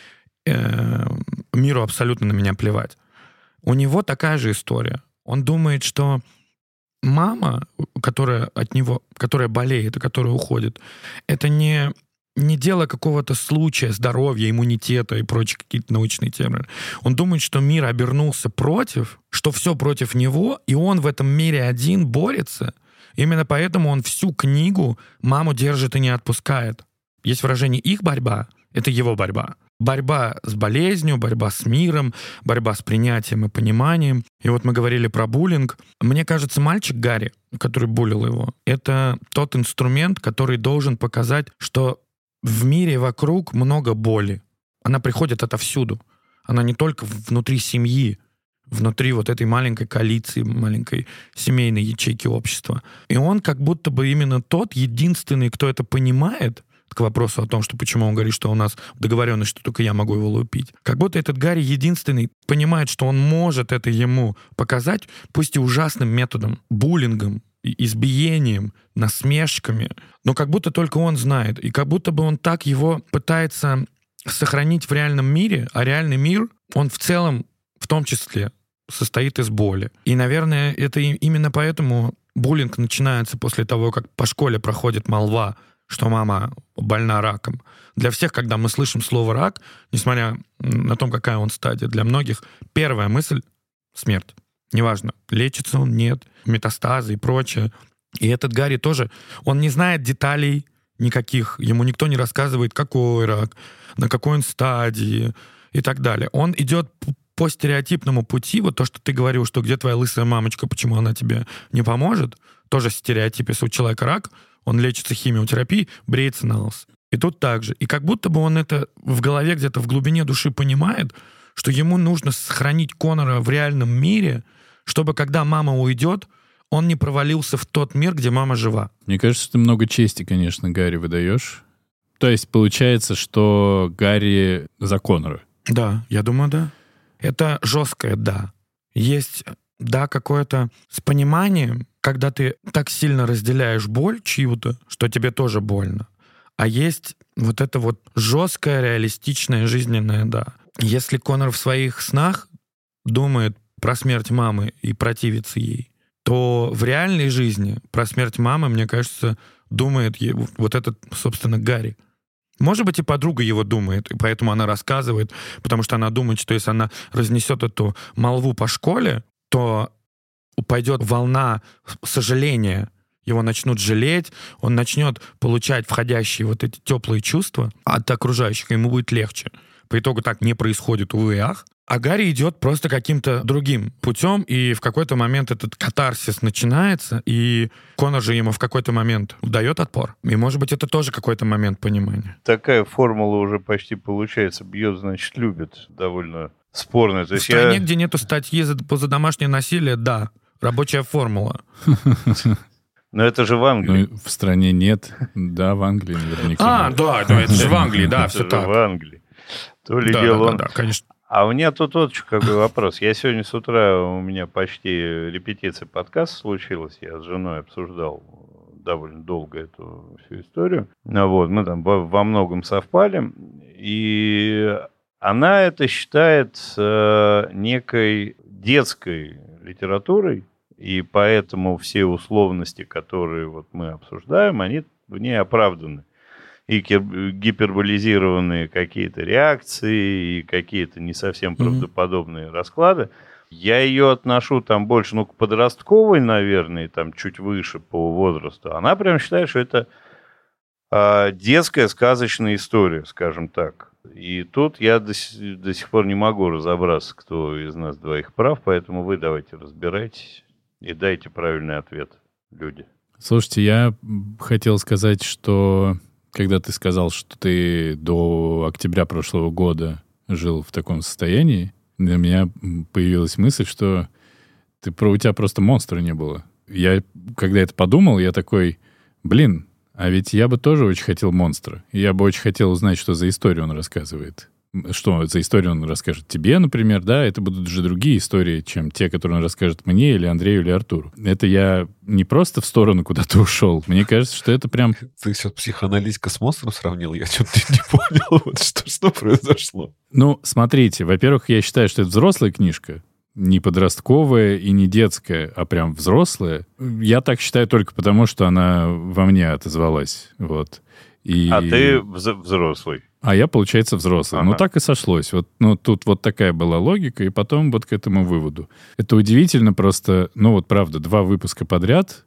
Э, миру абсолютно на меня плевать. У него такая же история. Он думает, что мама, которая от него, которая болеет и которая уходит, это не, не дело какого-то случая, здоровья, иммунитета и прочие какие-то научные термины. Он думает, что мир обернулся против, что все против него, и он в этом мире один борется. Именно поэтому он всю книгу маму держит и не отпускает. Есть выражение «их борьба» — это его борьба. Борьба с болезнью, борьба с миром, борьба с принятием и пониманием. И вот мы говорили про буллинг. Мне кажется, мальчик Гарри, который буллил его, это тот инструмент, который должен показать, что в мире вокруг много боли. Она приходит отовсюду. Она не только внутри семьи, внутри вот этой маленькой коалиции, маленькой семейной ячейки общества. И он как будто бы именно тот единственный, кто это понимает, к вопросу о том, что почему он говорит, что у нас договоренность, что только я могу его лупить. Как будто этот Гарри единственный понимает, что он может это ему показать, пусть и ужасным методом, буллингом, избиением, насмешками, но как будто только он знает. И как будто бы он так его пытается сохранить в реальном мире, а реальный мир, он в целом, в том числе, состоит из боли. И, наверное, это именно поэтому буллинг начинается после того, как по школе проходит молва, что мама больна раком. Для всех, когда мы слышим слово «рак», несмотря на то, какая он стадия, для многих первая мысль — смерть. Неважно, лечится он, нет, метастазы и прочее. И этот Гарри тоже, он не знает деталей никаких, ему никто не рассказывает, какой рак, на какой он стадии и так далее. Он идет по стереотипному пути, вот то, что ты говорил, что где твоя лысая мамочка, почему она тебе не поможет, тоже стереотип, если у человека рак, он лечится химиотерапией, бреется на лысо. И тут так же. И как будто бы он это в голове где-то в глубине души понимает, что ему нужно сохранить Конора в реальном мире, чтобы когда мама уйдет, он не провалился в тот мир, где мама жива. Мне кажется, ты много чести, конечно, Гарри выдаешь. То есть получается, что Гарри за Конора. Да, я думаю, да. Это жесткое «да». Есть «да» какое-то с пониманием, когда ты так сильно разделяешь боль чью-то, что тебе тоже больно. А есть вот это вот жесткое, реалистичное, жизненное «да». Если Конор в своих снах думает про смерть мамы и противится ей, то в реальной жизни про смерть мамы, мне кажется, думает вот этот, собственно, Гарри. Может быть, и подруга его думает, и поэтому она рассказывает, потому что она думает, что если она разнесет эту молву по школе, то пойдет волна сожаления. Его начнут жалеть, он начнет получать входящие вот эти теплые чувства от окружающих, и ему будет легче. По итогу так не происходит, увы и ах. А Гарри идет просто каким-то другим путем, и в какой-то момент этот катарсис начинается, и Конор же ему в какой-то момент дает отпор. И, может быть, это тоже какой-то момент понимания. Такая формула уже почти получается. Бьет, значит, любит. Довольно спорная. То в есть стране, я... где нету статьи за, за домашнее насилие, да, рабочая формула. Но это же в Англии. Ну, в стране нет. Да, в Англии наверняка. А, да, да, это же в Англии, да, все так. в Англии. То ли Да, дело... да, да, конечно. А у меня тут вот какой вопрос. Я сегодня с утра, у меня почти репетиция подкаста случилась. Я с женой обсуждал довольно долго эту всю историю. Ну, вот, мы там во, во многом совпали. И она это считает э, некой детской литературой. И поэтому все условности, которые вот мы обсуждаем, они в ней оправданы. И гиперболизированные какие-то реакции, и какие-то не совсем правдоподобные mm-hmm. расклады. Я ее отношу там больше, ну, к подростковой, наверное, там чуть выше по возрасту. Она прям считает, что это э, детская сказочная история, скажем так. И тут я до, с- до сих пор не могу разобраться, кто из нас двоих прав, поэтому вы давайте разбирайтесь и дайте правильный ответ, люди. Слушайте, я хотел сказать, что когда ты сказал, что ты до октября прошлого года жил в таком состоянии, у меня появилась мысль, что ты, про, у тебя просто монстра не было. Я, когда это подумал, я такой, блин, а ведь я бы тоже очень хотел монстра. И я бы очень хотел узнать, что за историю он рассказывает. Что за историю он расскажет тебе, например, да, это будут же другие истории, чем те, которые он расскажет мне или Андрею или Артуру. Это я не просто в сторону куда-то ушел. Мне кажется, что это прям... Ты сейчас психоаналитика с монстром сравнил? Я что-то не понял, вот что, что произошло. Ну, смотрите, во-первых, я считаю, что это взрослая книжка, не подростковая и не детская, а прям взрослая. Я так считаю только потому, что она во мне отозвалась. Вот. И... А ты вз- взрослый. А я, получается, взрослый. Ага. Ну, так и сошлось. Вот, ну, тут вот такая была логика, и потом вот к этому выводу. Это удивительно просто, ну, вот правда, два выпуска подряд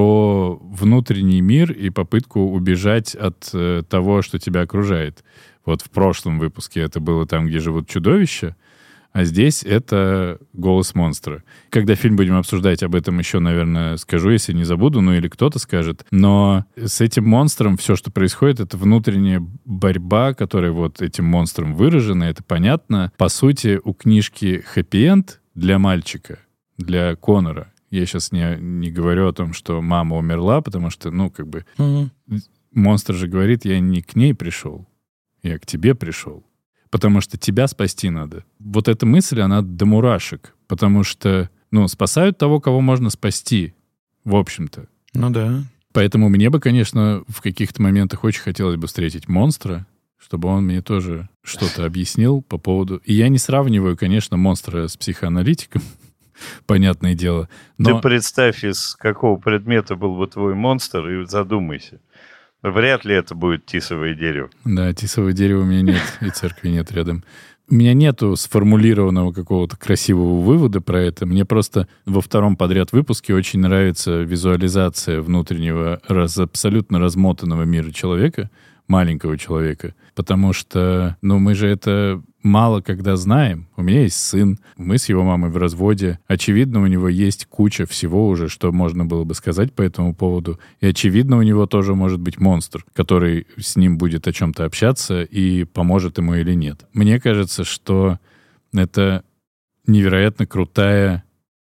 про внутренний мир и попытку убежать от э, того, что тебя окружает. Вот в прошлом выпуске это было там, где живут чудовища, а здесь это «Голос монстра». Когда фильм будем обсуждать, об этом еще, наверное, скажу, если не забуду, ну или кто-то скажет. Но с этим монстром все, что происходит, это внутренняя борьба, которая вот этим монстром выражена, это понятно. По сути, у книжки хэппи-энд для мальчика, для Конора. Я сейчас не, не говорю о том, что мама умерла, потому что, ну, как бы... Мгм. Монстр же говорит, я не к ней пришел, я к тебе пришел. Потому что тебя спасти надо. Вот эта мысль, она до мурашек. Потому что, ну, спасают того, кого можно спасти, в общем-то. Ну да. Поэтому мне бы, конечно, в каких-то моментах очень хотелось бы встретить монстра, чтобы он мне тоже что-то объяснил по поводу... И я не сравниваю, конечно, монстра с психоаналитиком, понятное дело. Но... Ты представь, из какого предмета был бы твой монстр, и задумайся. Вряд ли это будет тисовое дерево. Да, тисового дерева у меня нет, и церкви нет рядом. У меня нету сформулированного какого-то красивого вывода про это. Мне просто во втором подряд выпуске очень нравится визуализация внутреннего, раз, абсолютно размотанного мира человека, маленького человека. Потому что, ну, мы же это мало когда знаем. У меня есть сын, мы с его мамой в разводе. Очевидно, у него есть куча всего уже, что можно было бы сказать по этому поводу. И очевидно, у него тоже может быть монстр, который с ним будет о чем-то общаться и поможет ему или нет. Мне кажется, что это невероятно крутая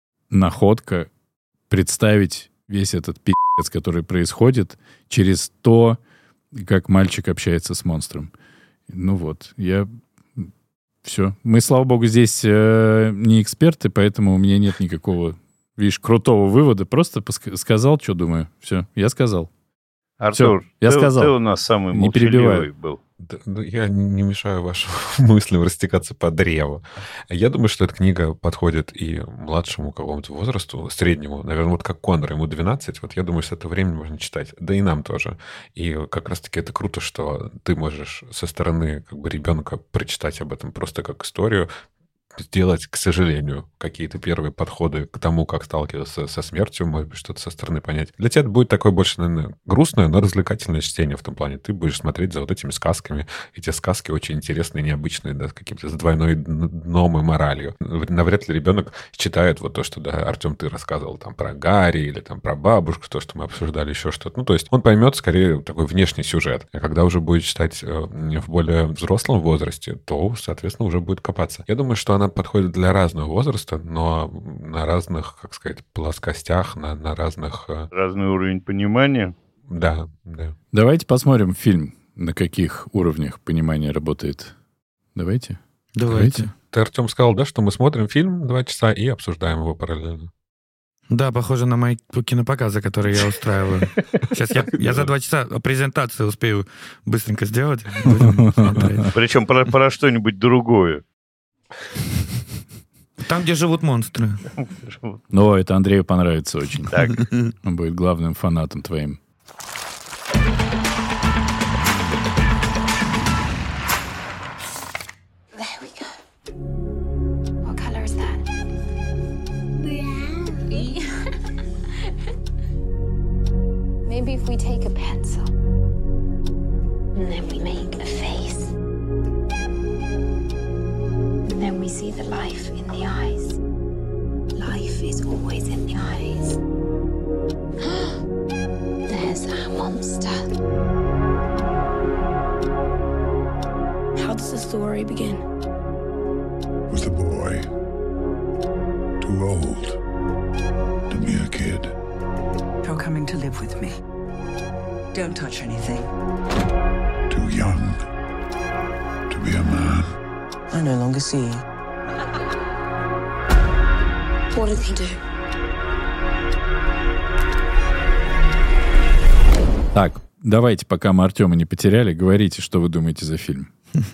находка представить весь этот пи***ц, который происходит, через то, как мальчик общается с монстром. Ну вот, я... Все. Мы, слава богу, здесь э, не эксперты, поэтому у меня нет никакого, видишь, крутого вывода. Просто поск- сказал, что думаю. Все, я сказал. Артур, Всё, я ты, сказал. ты у нас самый Не молчаливый перебиваю. был. Да, ну, я не мешаю вашим мыслям растекаться по древу. Я думаю, что эта книга подходит и младшему какому-то возрасту, среднему, наверное, вот как Конор, ему двенадцать, вот я думаю, что это время можно читать. Да и нам тоже. И как раз-таки это круто, что ты можешь со стороны как бы ребенка прочитать об этом просто как историю, сделать, к сожалению, какие-то первые подходы к тому, как сталкиваться со смертью, может быть, что-то со стороны понять. Для тебя это будет такое больше, наверное, грустное, но развлекательное чтение в том плане. Ты будешь смотреть за вот этими сказками. Эти сказки очень интересные, необычные, да, с каким-то с двойной дном и моралью. Навряд ли ребенок читает вот то, что, да, Артем, ты рассказывал там про Гарри или там про бабушку, то, что мы обсуждали, еще что-то. Ну, то есть он поймет скорее такой внешний сюжет. А когда уже будет читать в более взрослом возрасте, то, соответственно, уже будет копаться. Я думаю, что она подходит для разного возраста, но на разных, как сказать, плоскостях, на, на разных... Разный уровень понимания. Да, да. Давайте посмотрим фильм, на каких уровнях понимания работает. Давайте. Давайте. Ты, Артем, сказал, да, что мы смотрим фильм два часа и обсуждаем его параллельно. Да, похоже на мои кинопоказы, которые я устраиваю. Сейчас я, я за два часа презентацию успею быстренько сделать. Будем смотреть. Причем про, про что-нибудь другое. Там, где живут монстры. Но это Андрею понравится очень. Так. Он будет главным фанатом твоим. There we go. What color is that? Brown. Maybe if we take a pencil and then we make a face. Too old to be a kid. You're coming to live with me. Don't touch anything. Too young to be a man. I no longer see you. What did he do? Так, давайте, пока мы Артема не потеряли, говорите, что вы думаете за фильм.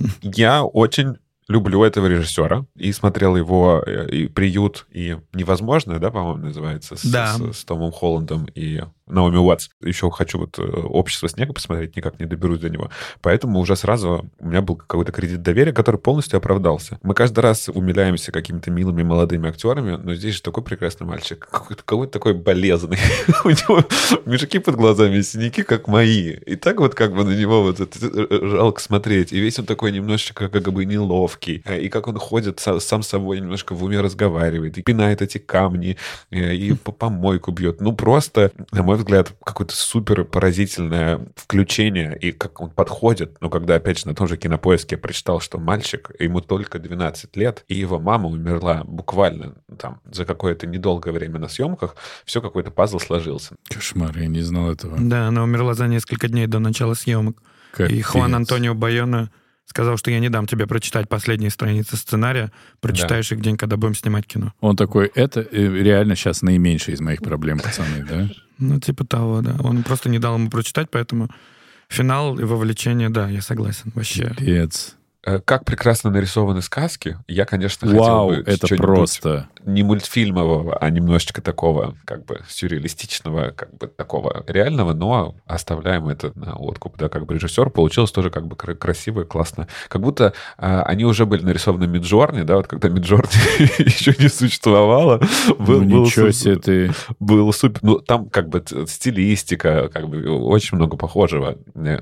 Я очень люблю этого режиссера и смотрел его и «Приют», и «Невозможное», да, по-моему, называется, с, Да. с, с Томом Холландом и Наоми Уотс. Еще хочу вот «Общество снега» посмотреть, никак не доберусь до него. Поэтому уже сразу у меня был какой-то кредит доверия, который полностью оправдался. Мы каждый раз умиляемся какими-то милыми молодыми актерами, но здесь же такой прекрасный мальчик, какой-то, какой-то такой болезный. У него мешки под глазами, синяки, как мои. И так вот как бы на него вот это жалко смотреть. И весь он такой немножечко как бы неловкий. И как он ходит сам с собой, немножко в уме разговаривает, и пинает эти камни, и по помойку бьет. Ну, просто, на мой взгляд, какое-то супер поразительное включение, и как он подходит. Ну, когда, опять же, на том же Кинопоиске я прочитал, что мальчик, ему только двенадцать лет, и его мама умерла буквально там за какое-то недолгое время на съемках, все, какой-то пазл сложился. Кошмар, я не знал этого. Да, она умерла за несколько дней до начала съемок. Капец. И Хуан Антонио Байона сказал, что я не дам тебе прочитать последние страницы сценария, прочитаешь их в день, когда будем снимать кино. Он такой, это реально сейчас наименьшая из моих проблем, пацаны, да? Ну, типа того, да. Он просто не дал ему прочитать, поэтому финал и вовлечение, да, я согласен, вообще. Пец. Как прекрасно нарисованы сказки, я, конечно, Вау, хотел бы это что-нибудь просто... не мультфильмового, а немножечко такого, как бы, сюрреалистичного, как бы, такого реального, но оставляем это на откуп, да, как бы режиссер. Получилось тоже, как бы, красиво и классно. Как будто а, они уже были нарисованы в Миджорни, да, вот когда Миджорни еще не существовало. Был, ну, был ничего супер, себе ты... Был супер... Ну, там, как бы, стилистика, как бы, очень много похожего.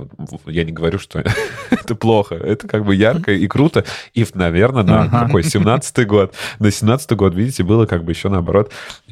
Я не говорю, что это плохо. Это, как бы, ярко и круто. И, наверное, на ага. какой семнадцатый год, на семнадцатый год, видите, было как бы еще наоборот,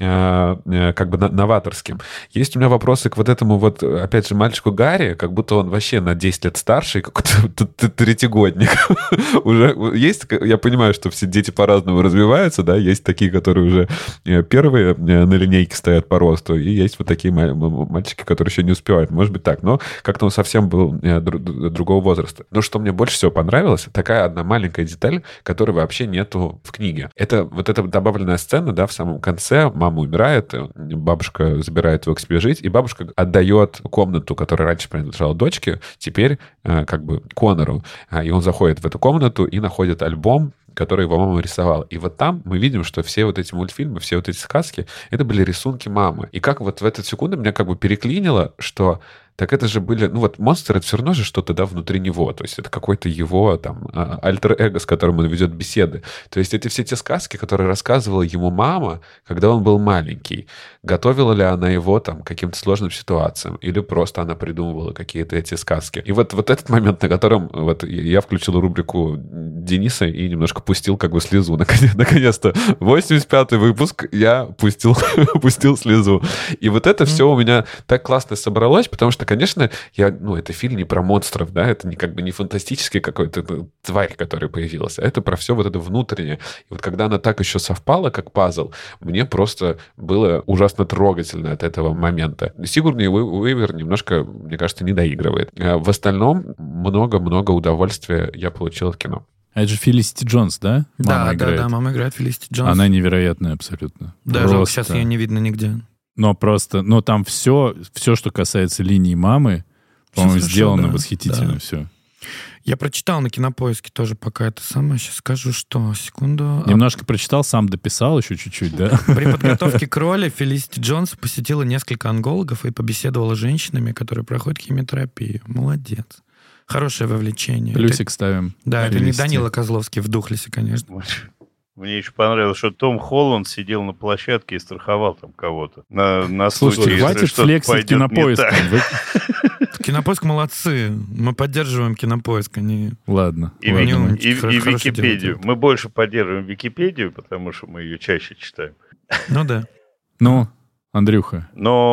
э, э, как бы на, новаторским. Есть у меня вопросы к вот этому вот, опять же, мальчику Гарри, как будто он вообще на десять лет старше, какой-то третьегодник. Уже есть, я понимаю, что все дети по-разному развиваются, да, есть такие, которые уже первые на линейке стоят по росту, и есть вот такие мальчики, которые еще не успевают. Может быть так, но как-то он совсем был другого возраста. Но что мне больше всего понравилось, такая одна маленькая деталь, которой вообще нету в книге. Это вот эта добавленная сцена, да, в самом конце. Мама умирает, бабушка забирает его к себе жить, и бабушка отдает комнату, которая раньше принадлежала дочке, теперь э, как бы Конору. И он заходит в эту комнату и находит альбом, который его мама рисовала. И вот там мы видим, что все вот эти мультфильмы, все вот эти сказки, это были рисунки мамы. И как вот в эту секунду меня как бы переклинило, что так это же были... Ну вот монстр — это все равно же что-то, да, внутри него. То есть это какой-то его там альтер-эго, с которым он ведет беседы. То есть это все те сказки, которые рассказывала ему мама, когда он был маленький. Готовила ли она его там к каким-то сложным ситуациям? Или просто она придумывала какие-то эти сказки? И вот, вот этот момент, на котором вот я включил рубрику Дениса и немножко пустил как бы слезу. Наконец-то восемьдесят пятый выпуск, я пустил, пустил слезу. И вот это все у меня так классно собралось, потому что, конечно, я, ну, это фильм не про монстров, да, это не, как бы не фантастический какой-то тварь, которая появилась, а это про все вот это внутреннее. И вот когда она так еще совпала, как пазл, мне просто было ужасно трогательно от этого момента. Сигурни Уивер немножко, мне кажется, не доигрывает. А в остальном много-много удовольствия я получил от кино. А это же Фелисити Джонс, да? Да, мама да, играет. да, мама играет Фелисити Джонс. Она невероятная абсолютно. Даже просто... сейчас ее не видно нигде. Но просто, но там все, все, что касается линии мамы, по-моему, хорошо, сделано да, восхитительно да. все. Я прочитал на Кинопоиске тоже пока это самое. Сейчас скажу, что... Секунду. Немножко прочитал, сам дописал еще чуть-чуть, да? При подготовке к роли Фелисити Джонс посетила несколько онгологов и побеседовала с женщинами, которые проходят химиотерапию. Молодец. Хорошее вовлечение. Плюсик это... ставим. Да, это не Данила Козловский в Духлесе, конечно. Мне еще понравилось, что Том Холланд сидел на площадке и страховал там кого-то. На, на случай, Слушай, хватит флексить Кинопоиск. Кинопоиск молодцы. Мы поддерживаем Кинопоиск. Они... Ладно. И, ладно. и, и, и Википедию. Мы больше поддерживаем Википедию, потому что мы ее чаще читаем. Ну да. Ну, Андрюха.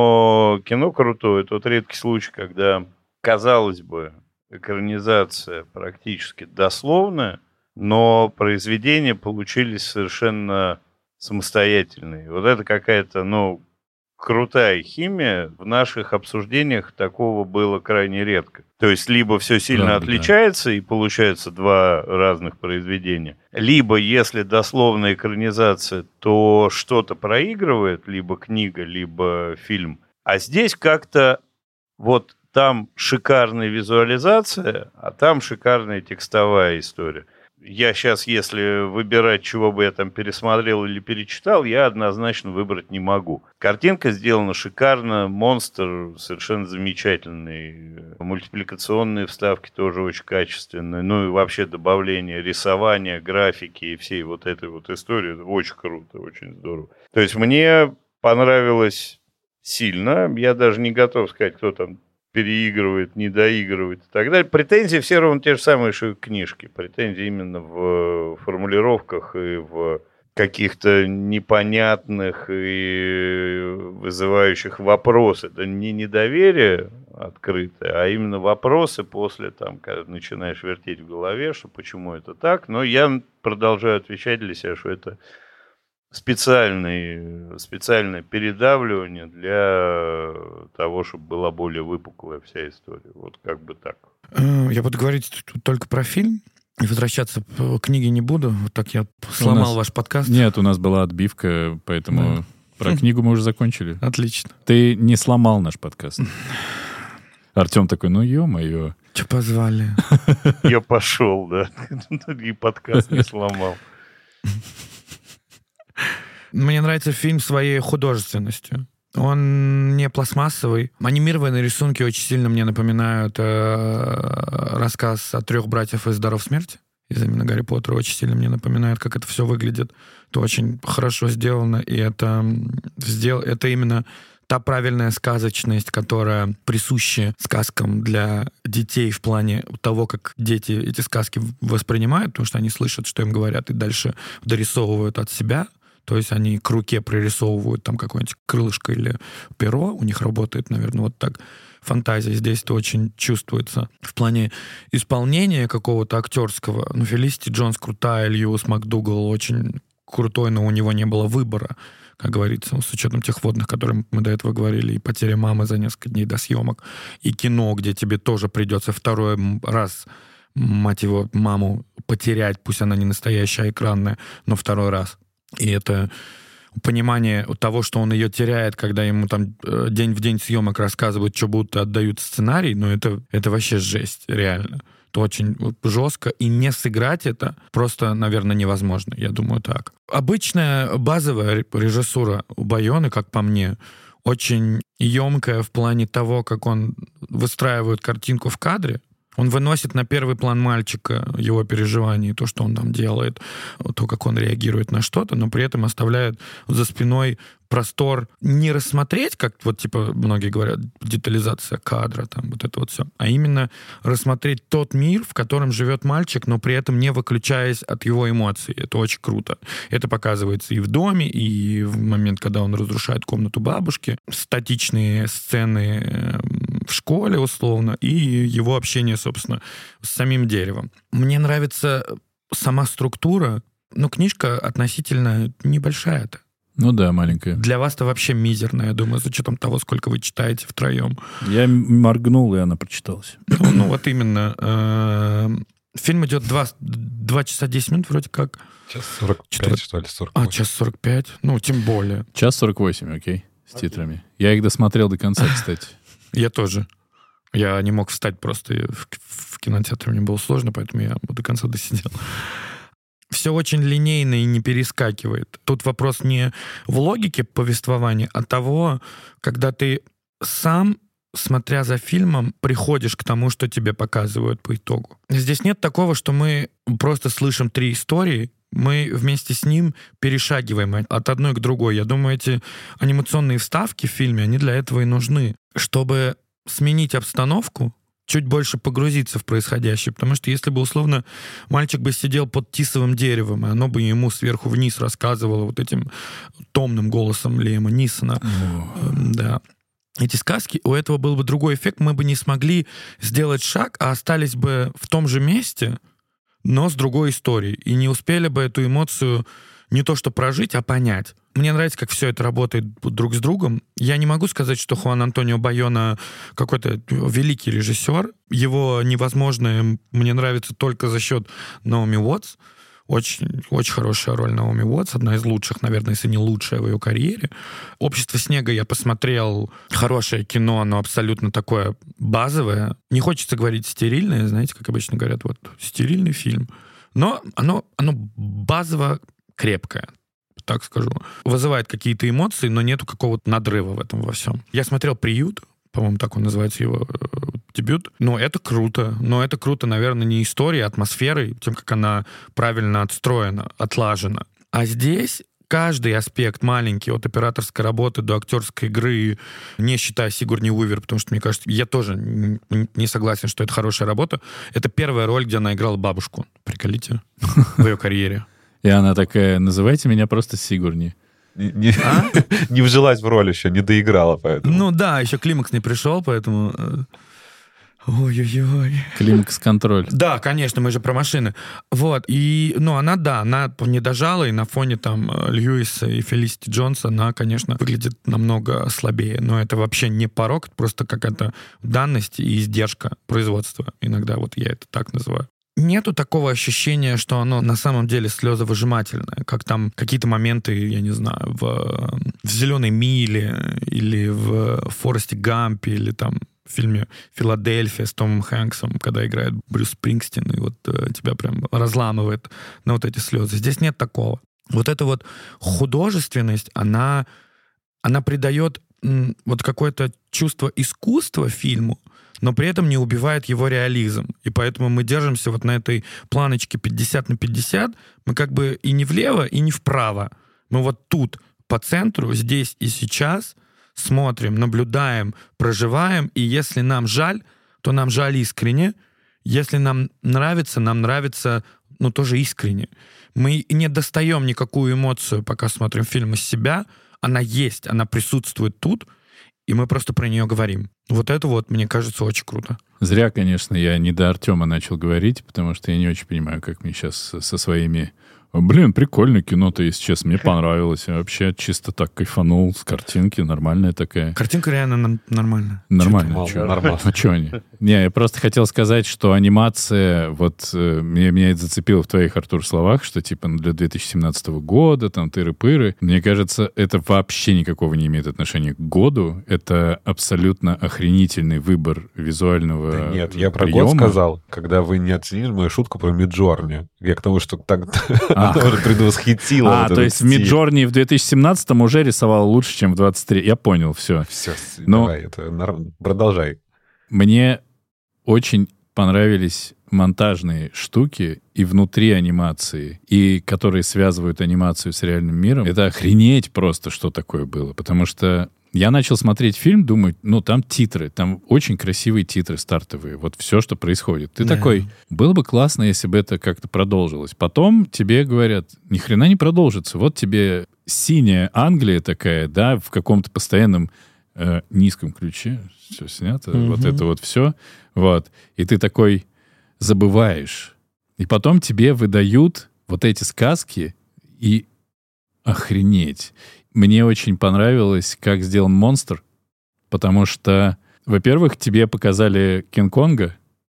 Но кино крутое. Тот редкий случай, когда, казалось бы, экранизация практически дословная, но произведения получились совершенно самостоятельные. Вот это какая-то, ну, крутая химия. В наших обсуждениях такого было крайне редко. То есть либо все сильно Правда, отличается, да. И получается два разных произведения, либо, если дословная экранизация, то что-то проигрывает, либо книга, либо фильм. А здесь как-то вот там шикарная визуализация, а там шикарная текстовая история. Я сейчас, если выбирать, чего бы я там пересмотрел или перечитал, я однозначно выбрать не могу. Картинка сделана шикарно, монстр совершенно замечательный, мультипликационные вставки тоже очень качественные, ну и вообще добавление рисования, графики и всей вот этой вот истории, очень круто, очень здорово. То есть мне понравилось сильно, я даже не готов сказать, кто там переигрывает, не доигрывает и так далее. Претензии все равно те же самые, что и книжки. Претензии именно в формулировках и в каких-то непонятных и вызывающих вопросы. Да не недоверие открытое, а именно вопросы после, там, когда начинаешь вертеть в голове, что почему это так. Но я продолжаю отвечать для себя, что это Специальный, специальное передавливание для того, чтобы была более выпуклая вся история. Вот как бы так. Я буду говорить только про фильм. И возвращаться к книге не буду. Вот так я сломал нас... ваш подкаст. Нет, у нас была отбивка, поэтому да. Про книгу мы уже закончили. Отлично. Ты не сломал наш подкаст. Артем такой, ну ё-моё. Че позвали? Я пошел, да. И подкаст не сломал. Мне нравится фильм своей художественностью. Он не пластмассовый. Анимированные рисунки очень сильно мне напоминают э, рассказ о трех братьев из «Даров смерти». Из именно Гарри Поттера очень сильно мне напоминает, как это все выглядит. Это очень хорошо сделано, и это, сдел... это именно та правильная сказочность, которая присуща сказкам для детей в плане того, как дети эти сказки воспринимают, потому что они слышат, что им говорят, и дальше дорисовывают от себя. То есть они к руке прорисовывают там какое-нибудь крылышко или перо. У них работает, наверное, вот так фантазия. Здесь это очень чувствуется. В плане исполнения какого-то актерского. Ну, Фелисити Джонс крутая, Льюис МакДугал очень крутой, но у него не было выбора, как говорится, с учетом тех вводных, которые мы до этого говорили, и потеря мамы за несколько дней до съемок, и кино, где тебе тоже придется второй раз, мать его, маму потерять, пусть она не настоящая, а экранная, но второй раз. И это понимание того, что он ее теряет, когда ему там день в день съемок рассказывают, что будто отдают сценарий, ну это, это вообще жесть, реально. Это очень жестко, и не сыграть это просто, наверное, невозможно, я думаю, так. Обычная базовая режиссура у Байоны, как по мне, очень емкая в плане того, как он выстраивает картинку в кадре. Он выносит на первый план мальчика, его переживания, то, что он там делает, то, как он реагирует на что-то, но при этом оставляет за спиной простор не рассмотреть, как вот типа многие говорят, детализация кадра, там вот это вот все, а именно рассмотреть тот мир, в котором живет мальчик, но при этом не выключаясь от его эмоций. Это очень круто. Это показывается и в доме, и в момент, когда он разрушает комнату бабушки, статичные сцены в школе, условно, и его общение, собственно, с самим деревом. Мне нравится сама структура, но книжка относительно небольшая-то. Ну да, маленькая. Для вас-то вообще мизерная, я думаю, с учетом того, сколько вы читаете втроем. Я моргнул, и она прочиталась. Ну, ну вот именно. Фильм идет два часа десять минут вроде как. Час сорок пять, что ли, сорок восемь. А, час сорок пять. Ну, тем более. Час сорок восемь, окей, с титрами. Я их досмотрел до конца, кстати. Я тоже. Я не мог встать просто. В, в кинотеатре мне было сложно, поэтому я до конца досидел. Все очень линейно и не перескакивает. Тут вопрос не в логике повествования, а того, когда ты сам, смотря за фильмом, приходишь к тому, что тебе показывают по итогу. Здесь нет такого, что мы просто слышим три истории, мы вместе с ним перешагиваем от одной к другой. Я думаю, эти анимационные вставки в фильме, они для этого и нужны, чтобы сменить обстановку, чуть больше погрузиться в происходящее. Потому что если бы, условно, мальчик бы сидел под тисовым деревом, и оно бы ему сверху вниз рассказывало вот этим томным голосом Лиама Нисона. Mm. Да. Эти сказки, у этого был бы другой эффект, мы бы не смогли сделать шаг, а остались бы в том же месте, но с другой историей. И не успели бы эту эмоцию не то что прожить, а понять. Мне нравится, как все это работает друг с другом. Я не могу сказать, что Хуан Антонио Байона какой-то великий режиссер. Его «Невозможное» мне нравится только за счет Наоми Уотс. Очень, очень хорошая роль Наоми Уотс, одна из лучших, наверное, если не лучшая в ее карьере. «Общество снега» я посмотрел. Хорошее кино, но абсолютно такое базовое. Не хочется говорить стерильное, знаете, как обычно говорят, вот стерильный фильм. Но оно, оно базово крепкое, так скажу. Вызывает какие-то эмоции, но нету какого-то надрыва в этом во всем. Я смотрел «Приют», по-моему, так он называется, его э, дебют. Но это круто. Но это круто, наверное, не историей, а атмосферой, тем, как она правильно отстроена, отлажена. А здесь каждый аспект маленький, от операторской работы до актерской игры, не считая Сигурни Уивер, потому что, мне кажется, я тоже не согласен, что это хорошая работа. Это первая роль, где она играла бабушку. Приколите? В ее карьере. И она такая: называйте меня просто Сигурни. Не, а? не вжилась в роль еще, не доиграла, поэтому. Ну да, еще климакс не пришел, поэтому... Ой-ой-ой. Климакс-контроль. Да, конечно, мы же про машины. Вот, и, ну, она, да, она не дожала, и на фоне там Льюиса и Фелисити Джонса она, конечно, выглядит намного слабее. Но это вообще не порок, это просто какая-то данность и издержка производства. Иногда вот я это так называю. Нету такого ощущения, что оно на самом деле слезовыжимательное, как там какие-то моменты, я не знаю, в, в «Зеленой миле» или в «Форесте Гампе», или там в фильме «Филадельфия» с Томом Хэнксом, когда играет Брюс Спрингстин, и вот э, тебя прям разламывает на вот эти слезы. Здесь нет такого. Вот эта вот художественность, она, она придает м, вот какое-то чувство искусства фильму, но при этом не убивает его реализм. И поэтому мы держимся вот на этой планочке пятьдесят на пятьдесят. Мы как бы и не влево, и не вправо. Мы вот тут, по центру, здесь и сейчас смотрим, наблюдаем, проживаем. И если нам жаль, то нам жаль искренне. Если нам нравится, нам нравится, ну, тоже искренне. Мы не достаем никакую эмоцию, пока смотрим фильм, из себя. Она есть, она присутствует тут, и мы просто про нее говорим. Вот это вот, мне кажется, очень круто. Зря, конечно, я не до Артема начал говорить, потому что я не очень понимаю, как мне сейчас со своими... Блин, прикольное кино-то, если честно, мне понравилось. Я вообще чисто так кайфанул с картинки, нормальная такая. Картинка реально нормальная. Нормально. Чё нормально. А что они? Не, я просто хотел сказать, что анимация, вот э, меня, меня это зацепило в твоих, Артур, словах, что типа для две тысячи семнадцатого года, там, тыры-пыры. Мне кажется, это вообще никакого не имеет отношения к году. Это абсолютно охренительный выбор визуального Да нет, я про приема. год сказал, когда вы не оценили мою шутку про Миджорни. Я к тому, что так она уже предвосхитила. А, то есть в Миджорни в две тысячи семнадцатом уже рисовал лучше, чем в двадцать третьем. Я понял, все. Все, Но давай, это нар- продолжай. мне очень понравились монтажные штуки и внутри анимации, и которые связывают анимацию с реальным миром. Это охренеть просто, что такое было. Потому что я начал смотреть фильм, думаю, ну, там титры, там очень красивые титры стартовые, вот все, что происходит. Ты Да. такой, было бы классно, если бы это как-то продолжилось. Потом тебе говорят, ни хрена не продолжится. Вот тебе синяя Англия такая, да, в каком-то постоянном э, низком ключе, все снято, Мгм. вот это вот все. Вот. И ты такой забываешь. И потом тебе выдают вот эти сказки, и охренеть. Мне очень понравилось, как сделан «Монстр», потому что, во-первых, тебе показали Кинг-Конга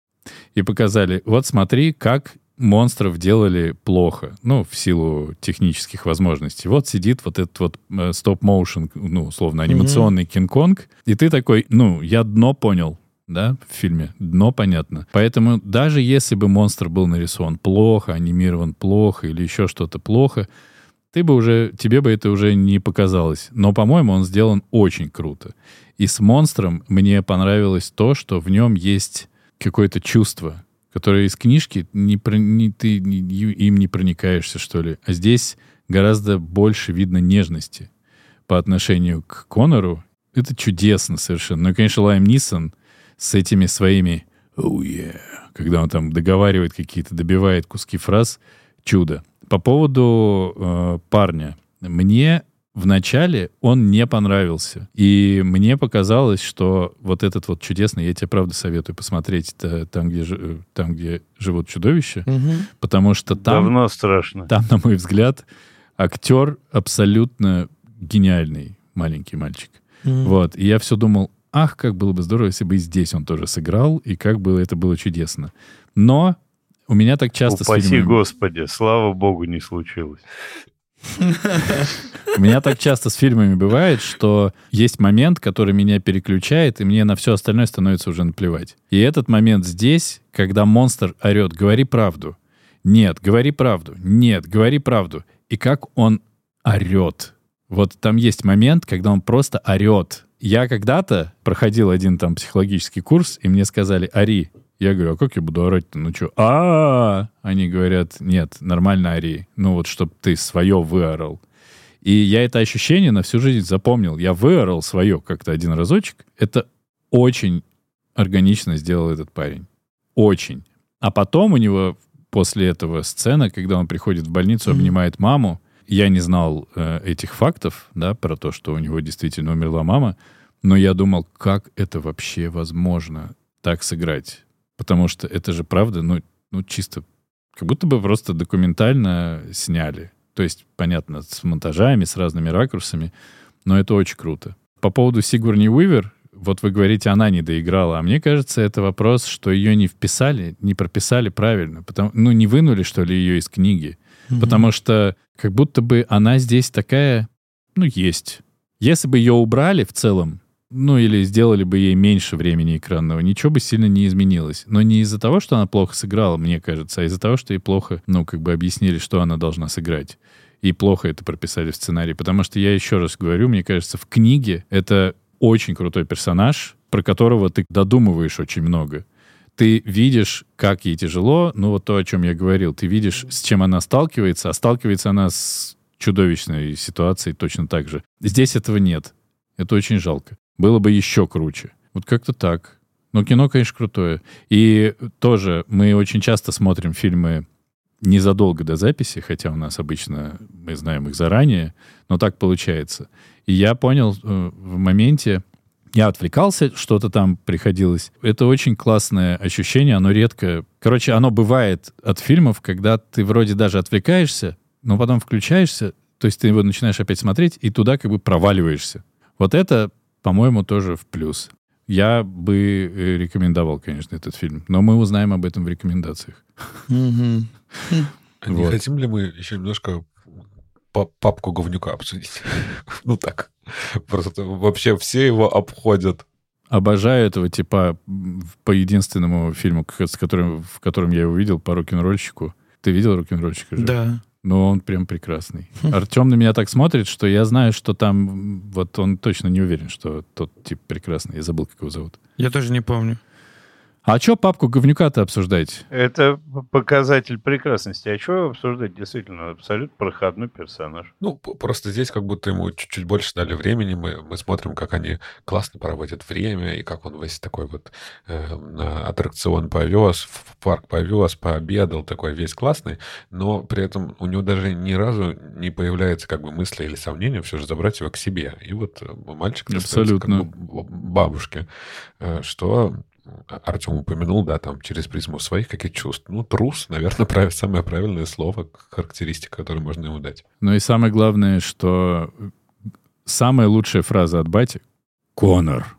и показали, вот смотри, как монстров делали плохо, ну, в силу технических возможностей. Вот сидит вот этот вот э, стоп-моушен, ну, условно, анимационный mm-hmm. Кинг-Конг, и ты такой, ну, я дно понял, да, в фильме, дно понятно. Поэтому даже если бы монстр был нарисован плохо, анимирован плохо или еще что-то плохо, ты бы уже, тебе бы это уже не показалось. Но, по-моему, он сделан очень круто. И с «Монстром» мне понравилось то, что в нем есть какое-то чувство, которое из книжки не, не, ты не, им не проникаешься, что ли. А здесь гораздо больше видно нежности по отношению к Коннору. Это чудесно совершенно. Ну и, конечно, Лайм Нисон с этими своими «Oh yeah», когда он там договаривает какие-то, добивает куски фраз, чудо. По поводу э, парня. Мне вначале он не понравился. И мне показалось, что вот этот вот чудесный, я тебе правда советую посмотреть там, где, там, где живут чудовища, Угу. потому что там... Давно страшно. Там, на мой взгляд, Актер абсолютно гениальный маленький мальчик. Mm. Вот. И я все думал, ах, как было бы здорово, если бы и здесь он тоже сыграл, и как бы это было чудесно. Но у меня так часто Упаси с фильмами... Господи, слава Богу, не случилось. У меня так часто с фильмами бывает, что есть момент, который меня переключает, и мне на все остальное становится уже наплевать. И этот момент здесь, когда монстр орет «говори правду», «нет, говори правду», «нет, говори правду». И как он орет. Вот там есть момент, когда он просто орет. Я когда-то проходил один там психологический курс, и мне сказали «ори». Я говорю, а как я буду орать-то? Ну что? А-а-а! Они говорят, нет, нормально ори. Ну вот, чтобы ты свое выорал. И я это ощущение на всю жизнь запомнил. Я выорал свое как-то один разочек. Это очень органично сделал этот парень. Очень. А потом у него после этого сцена, когда он приходит в больницу, обнимает маму. Я не знал э, этих фактов, да, про то, что у него действительно умерла мама. Но я думал, как это вообще возможно так сыграть? Потому что это же правда, ну, ну чисто, как будто бы просто документально сняли. То есть, понятно, с монтажами, с разными ракурсами, но это очень круто. По поводу Сигурни Уивер, вот вы говорите, она не доиграла, а мне кажется, это вопрос, что ее не вписали, не прописали правильно, потому, ну, не вынули, что ли, ее из книги. Mm-hmm. Потому что как будто бы она здесь такая, ну, есть. Если бы ее убрали в целом, ну, или сделали бы ей меньше времени экранного, ничего бы сильно не изменилось. Но не из-за того, что она плохо сыграла, мне кажется, а из-за того, что ей плохо, ну, как бы объяснили, что она должна сыграть. И плохо это прописали в сценарии. Потому что, я еще раз говорю, мне кажется, в книге это очень крутой персонаж, про которого ты додумываешь очень много. Ты видишь, как ей тяжело, ну, вот то, о чем я говорил. Ты видишь, с чем она сталкивается, а сталкивается она с чудовищной ситуацией точно так же. Здесь этого нет. Это очень жалко. Было бы еще круче. Вот как-то так. Но кино, конечно, крутое. И тоже мы очень часто смотрим фильмы незадолго до записи, хотя у нас обычно мы знаем их заранее, но так получается. И я понял э, в моменте, я отвлекался, что-то там приходилось. Это очень классное ощущение, оно редко... Короче, оно бывает от фильмов, когда ты вроде даже отвлекаешься, но потом включаешься, то есть ты его начинаешь опять смотреть, и туда как бы проваливаешься. Вот это, по-моему, тоже в плюс. Я бы рекомендовал, конечно, этот фильм. Но мы узнаем об этом в рекомендациях. Не хотим ли мы еще немножко папку говнюка обсудить? Ну так. Просто вообще все его обходят. Обожаю этого типа по единственному фильму, с которым, в котором я его видел, по рок-н-ролльщику. Ты видел рок-н-ролльщика же? Да. Но он прям прекрасный. Артем на меня так смотрит, что я знаю, что там... Вот он точно не уверен, что тот тип прекрасный. Я забыл, как его зовут. Я тоже не помню. А что папку говнюка-то обсуждать? Это показатель прекрасности. А что обсуждать? Действительно, абсолютно проходной персонаж. Ну, просто здесь как будто ему чуть-чуть больше дали времени. Мы, мы смотрим, как они классно проводят время, и как он весь такой вот э, на аттракцион повез, в парк повез, пообедал, такой весь классный. Но при этом у него даже ни разу не появляется как бы мысли или сомнения все же забрать его к себе. И вот мальчик достается как бы бабушке, э, что... Артем упомянул, да, там, через призму своих каких-то чувств. Ну, трус, наверное, прав... самое правильное слово, характеристика, которую можно ему дать. Ну и самое главное, что самая лучшая фраза от бати — «Конор».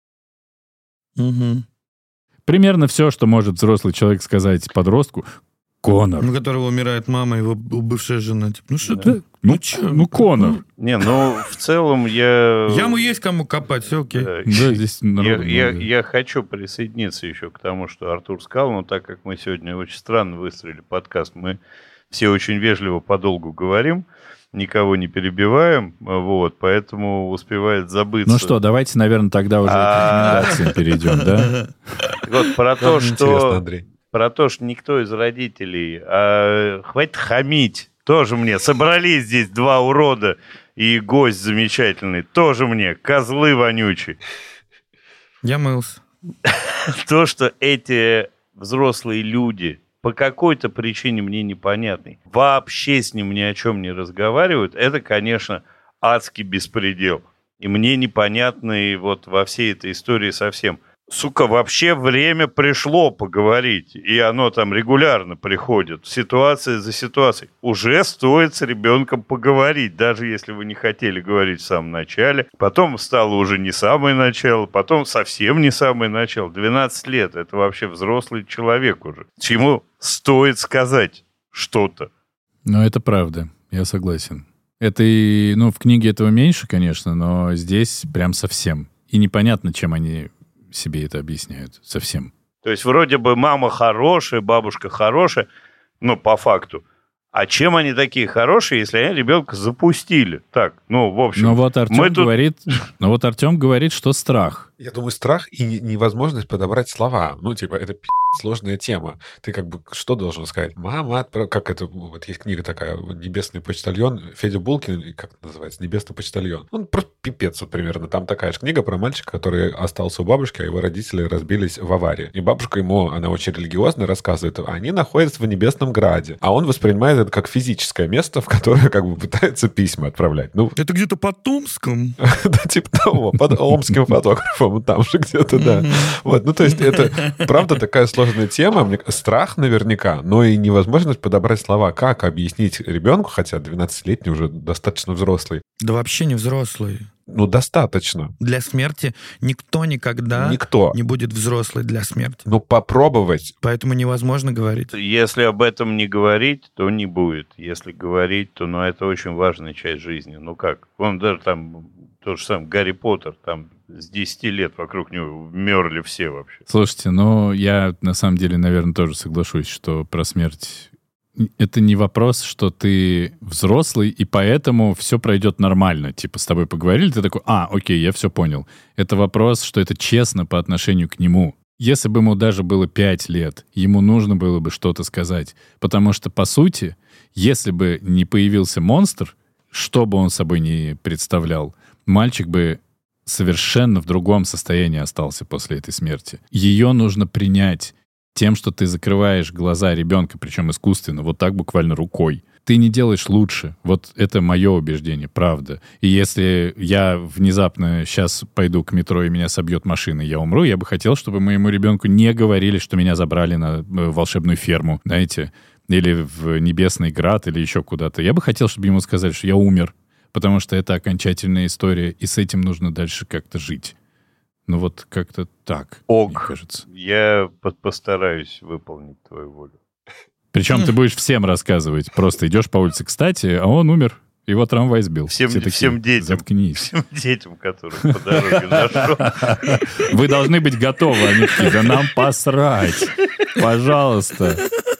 Угу. Примерно все, что может взрослый человек сказать подростку — «Конор». У которого умирает мама, его бывшая жена. Типа, ну что да. ты? Ну, Ну, чё? ну, Конор. Не, ну, в целом я... Яму есть кому копать, все окей. Да, Да, здесь я, народу я, много. я хочу присоединиться еще к тому, что Артур сказал, но так как мы сегодня очень странно выстроили подкаст, мы все очень вежливо подолгу говорим, никого не перебиваем, вот, поэтому успевает забыться. Ну что, давайте, наверное, тогда уже к рекомендациям перейдем, да? Вот про то, Интересно, что... Андрей. Про то, что никто из родителей... А, хватит хамить. Тоже мне. Собрались здесь два урода и гость замечательный. Тоже мне. Козлы вонючие. Я мылся. То, что эти взрослые люди по какой-то причине мне непонятной вообще с ним ни о чем не разговаривают, это, конечно, адский беспредел. И мне непонятный вот во всей этой истории совсем. Сука, вообще время пришло поговорить, и оно там регулярно приходит, ситуация за ситуацией. Уже стоит с ребенком поговорить, даже если вы не хотели говорить в самом начале. Потом стало уже не самое начало, потом совсем не самое начало. двенадцать лет, это вообще взрослый человек уже. Чему стоит сказать что-то? Ну, это правда, я согласен. Это и, ну, в книге этого меньше, конечно, но здесь прям совсем. И непонятно, чем они себе это объясняют. Совсем. То есть вроде бы мама хорошая, бабушка хорошая, но по факту. А чем они такие хорошие, если они ребенка запустили? Так, ну, в общем... Но вот Артем мы тут... говорит, но вот Артем говорит, что страх. Я думаю, страх и невозможность подобрать слова. Ну, типа, это пи*** сложная тема. Ты как бы что должен сказать? Мама, отправ... как это... Вот есть книга такая, «Небесный почтальон», Федя Булкин, как это называется? «Небесный почтальон». Он просто пипец вот примерно. Там такая же книга про мальчика, который остался у бабушки, а его родители разбились в аварии. И бабушка ему, она очень религиозно рассказывает, они находятся в Небесном Граде. А он воспринимает это как физическое место, в которое как бы пытается письма отправлять. Ну, это где-то под Томском? Да, типа того, под омским фотографом. Там же где-то, да. Вот, ну, то есть это, правда, такая сложная тема. Страх наверняка, но и невозможность подобрать слова. Как объяснить ребенку, хотя двенадцатилетний уже достаточно взрослый. Да вообще не взрослый. Ну, достаточно. Для смерти никто никогда никто. не будет взрослый для смерти. Ну, попробовать. Поэтому невозможно говорить. Если об этом не говорить, то не будет. Если говорить, то, ну, это очень важная часть жизни. Ну, как? Вон даже там тот же самый Гарри Поттер, там с десяти лет вокруг него мерли все вообще. Слушайте, ну, я на самом деле, наверное, тоже соглашусь, что про смерть... Это не вопрос, что ты взрослый, и поэтому все пройдет нормально. Типа, с тобой поговорили, ты такой, а, окей, я все понял. Это вопрос, что это честно по отношению к нему. Если бы ему даже было пять лет, ему нужно было бы что-то сказать. Потому что, по сути, если бы не появился монстр, что бы он собой не представлял, мальчик бы совершенно в другом состоянии остался после этой смерти. Ее нужно принять тем, что ты закрываешь глаза ребенка, причем искусственно, вот так буквально рукой. Ты не делаешь лучше. Вот это мое убеждение, правда. И если я внезапно сейчас пойду к метро и меня собьет машина, и я умру, я бы хотел, чтобы моему ребенку не говорили, что меня забрали на волшебную ферму, знаете, или в Небесный Град, или еще куда-то. Я бы хотел, чтобы ему сказали, что я умер, потому что это окончательная история, и с этим нужно дальше как-то жить. Ну вот как-то так, Ок. мне кажется. Я постараюсь выполнить твою волю. Причем ты будешь всем рассказывать. Просто идешь по улице, кстати, а он умер, его трамвай сбил. Всем, Все такие, всем детям. Заткнись. Всем детям, которые по дороге нашел. Вы должны быть готовы, они такие, да нам посрать. Пожалуйста.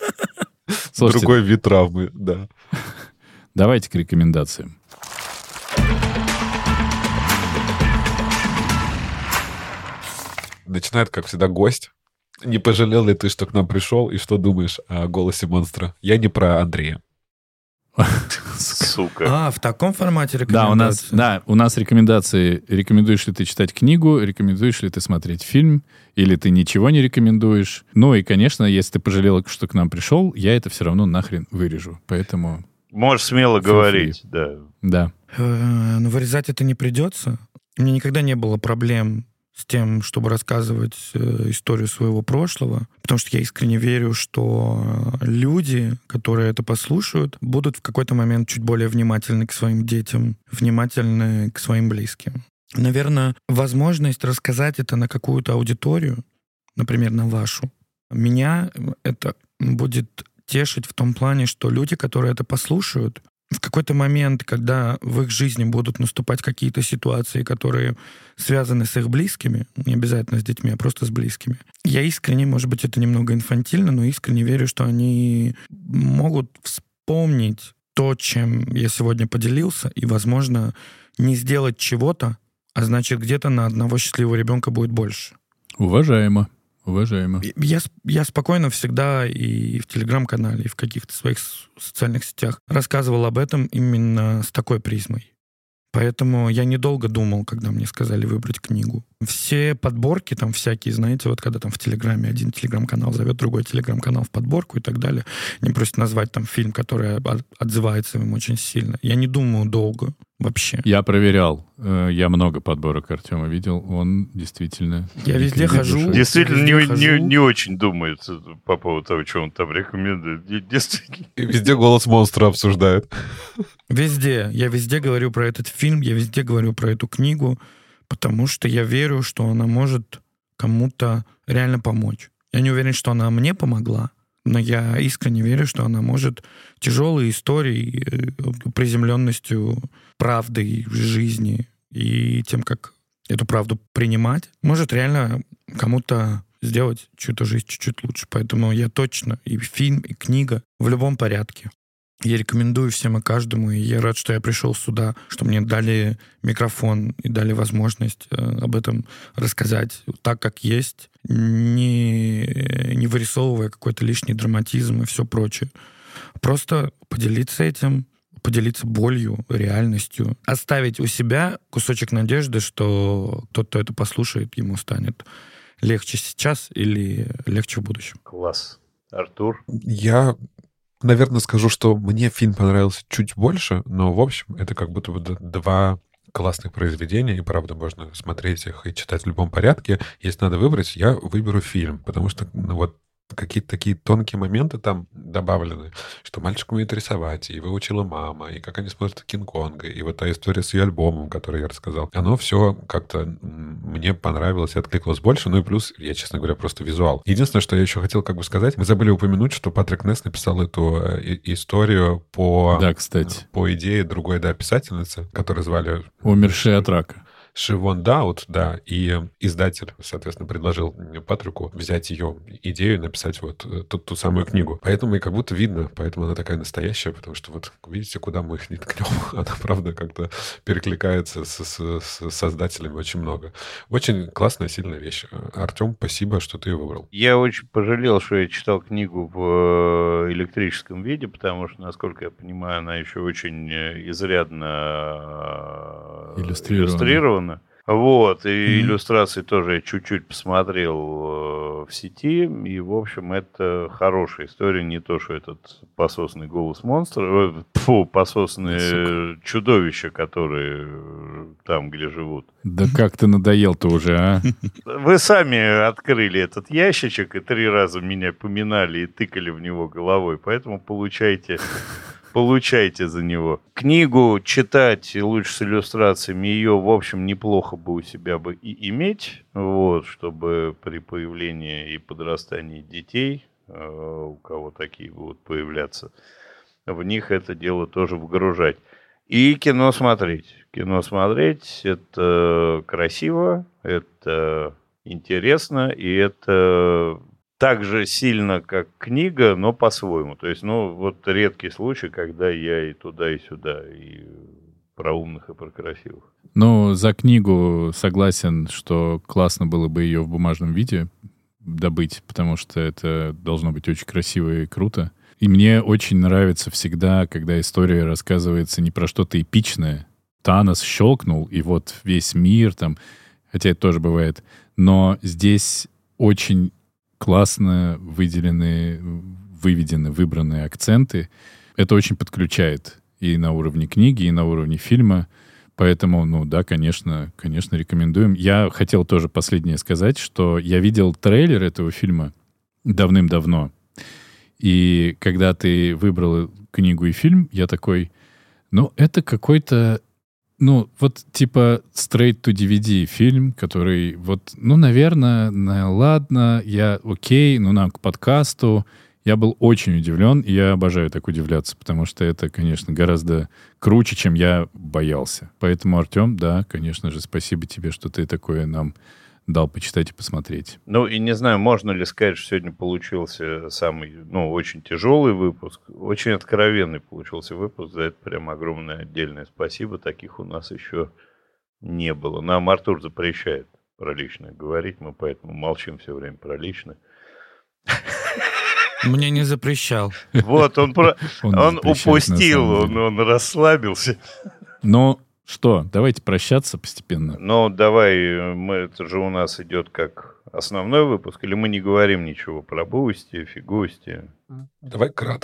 Слушайте, Другой вид травмы, да. давайте к рекомендациям. Начинает, как всегда, гость. Не пожалел ли ты, что к нам пришел, и что думаешь о голосе монстра? Я не про Андрея. Сука. А, в таком формате рекомендации? Да, у нас, да, у нас рекомендации. Рекомендуешь ли ты читать книгу, рекомендуешь ли ты смотреть фильм, или ты ничего не рекомендуешь. Ну и, конечно, если ты пожалел, что к нам пришел, я это все равно нахрен вырежу. Поэтому... Можешь смело говорить, да. Да. Э, Но вырезать это не придется. У меня никогда не было проблем с тем, чтобы рассказывать э, историю своего прошлого, потому что я искренне верю, что люди, которые это послушают, будут в какой-то момент чуть более внимательны к своим детям, внимательны к своим близким. Наверное, возможность рассказать это на какую-то аудиторию, например, на вашу, меня это будет тешить в том плане, что люди, которые это послушают, в какой-то момент, когда в их жизни будут наступать какие-то ситуации, которые связаны с их близкими, не обязательно с детьми, а просто с близкими, я искренне, может быть, это немного инфантильно, но искренне верю, что они могут вспомнить то, чем я сегодня поделился, и, возможно, не сделать чего-то, а значит, где-то на одного счастливого ребенка будет больше. Уважаемо. Уважаемо. Я, я спокойно всегда и в Телеграм-канале, и в каких-то своих социальных сетях рассказывал об этом именно с такой призмой. Поэтому я недолго думал, когда мне сказали выбрать книгу. Все подборки там всякие, знаете, вот когда там в Телеграме один Телеграм-канал зовет другой Телеграм-канал в подборку и так далее, они просят назвать там фильм, который отзывается им очень сильно. Я не думаю долго. вообще. Я проверял. Э, Я много подборок Артема видел. Он действительно... Я везде хожу. Действительно, везде не, хожу. не, не очень думает по поводу того, что он там рекомендует. Де- Действительно. И везде голос монстра обсуждает. Везде. Я везде говорю про этот фильм, я везде говорю про эту книгу, потому что я верю, что она может кому-то реально помочь. Я не уверен, что она мне помогла, но я искренне верю, что она может тяжелой историей, э, приземленностью правды жизни и тем, как эту правду принимать, может реально кому-то сделать чью-то жизнь чуть-чуть лучше. Поэтому я точно и фильм, и книга в любом порядке. Я рекомендую всем и каждому, и я рад, что я пришел сюда, что мне дали микрофон и дали возможность э, об этом рассказать так, как есть, не, не вырисовывая какой-то лишний драматизм и все прочее. Просто поделиться этим, поделиться болью, реальностью, оставить у себя кусочек надежды, что кто-то это послушает, ему станет легче сейчас или легче в будущем. Класс. Артур? Я, наверное, скажу, что мне фильм понравился чуть больше, но, в общем, это как будто бы д- два классных произведения, и, правда, можно смотреть их и читать в любом порядке. Если надо выбрать, я выберу фильм, потому что ну, вот какие-то такие тонкие моменты там добавлены, что мальчик умеет рисовать, и выучила мама, и как они смотрят Кинг-Конга, и вот та история с ее альбомом, который я рассказал. Оно все как-то м, мне понравилось и откликнулось больше, ну и плюс, я, честно говоря, просто визуал. Единственное, что я еще хотел как бы сказать, мы забыли упомянуть, что Патрик Несс написал эту э, и- историю по, Да, кстати. по идее другой, да, писательницы, которую звали... Умерший от рака. Шивон Даут, да, и издатель, соответственно, предложил Патрику взять ее идею и написать вот э, ту, ту самую книгу. Поэтому и как будто видно, поэтому она такая настоящая, потому что вот видите, куда мы их не ткнем, она, правда, как-то перекликается с, с- с создателями очень много. Очень классная, сильная вещь. Артем, спасибо, что ты ее выбрал. Я очень пожалел, что я читал книгу в э, электрическом виде, потому что, насколько я понимаю, она еще очень э, изрядно э, Иллюстрирована. иллюстрирована. Вот, и Мгм. иллюстрации тоже я чуть-чуть посмотрел э, в сети, и, в общем, это хорошая история, не то, что этот пососный голос монстра, э, фу, пососные Сука. чудовища, которые э, там, где живут. Да как ты надоел-то уже, а? Вы сами открыли этот ящичек и три раза меня поминали и тыкали в него головой, поэтому получайте, получайте за него. Книгу читать, и лучше с иллюстрациями, ее, в общем, неплохо бы у себя бы и иметь, вот, чтобы при появлении и подрастании детей, э, у кого такие будут появляться, в них это дело тоже вгружать. И кино смотреть. Кино смотреть — это красиво, это интересно, и это так же сильно, как книга, но по-своему. То есть, ну, вот редкий случай, когда я и туда, и сюда, и про умных, и про красивых. Ну, за книгу согласен, что классно было бы ее в бумажном виде добыть, потому что это должно быть очень красиво и круто. И мне очень нравится всегда, когда история рассказывается не про что-то эпичное. Танос щелкнул, и вот весь мир там, хотя это тоже бывает. Но здесь очень классно выделены, выведены, выбраны акценты. Это очень подключает и на уровне книги, и на уровне фильма. Поэтому, ну да, конечно, конечно, рекомендуем. Я хотел тоже последнее сказать, что я видел трейлер этого фильма давным-давно. И когда ты выбрал книгу и фильм, я такой, ну, это какой-то, ну, вот типа straight to ди ви ди фильм, который вот, ну, наверное, ну, ладно, я окей, ну, нам к подкасту. Я был очень удивлен, и я обожаю так удивляться, потому что это, конечно, гораздо круче, чем я боялся. Поэтому, Артем, да, конечно же, спасибо тебе, что ты такое нам дал почитать и посмотреть. Ну, и не знаю, можно ли сказать, что сегодня получился самый, ну, очень тяжелый выпуск, очень откровенный получился выпуск, за это прям огромное отдельное спасибо, таких у нас еще не было. Нам Артур запрещает про личное говорить, мы поэтому молчим все время про личное. Мне не запрещал. Вот, он, про... Он он запрещает, упустил, на самом он, деле. он расслабился. Но что, давайте прощаться постепенно. Ну, давай, мы, это же у нас идет как основной выпуск, или мы не говорим ничего про Бусти, Фигусти? Давай кратко.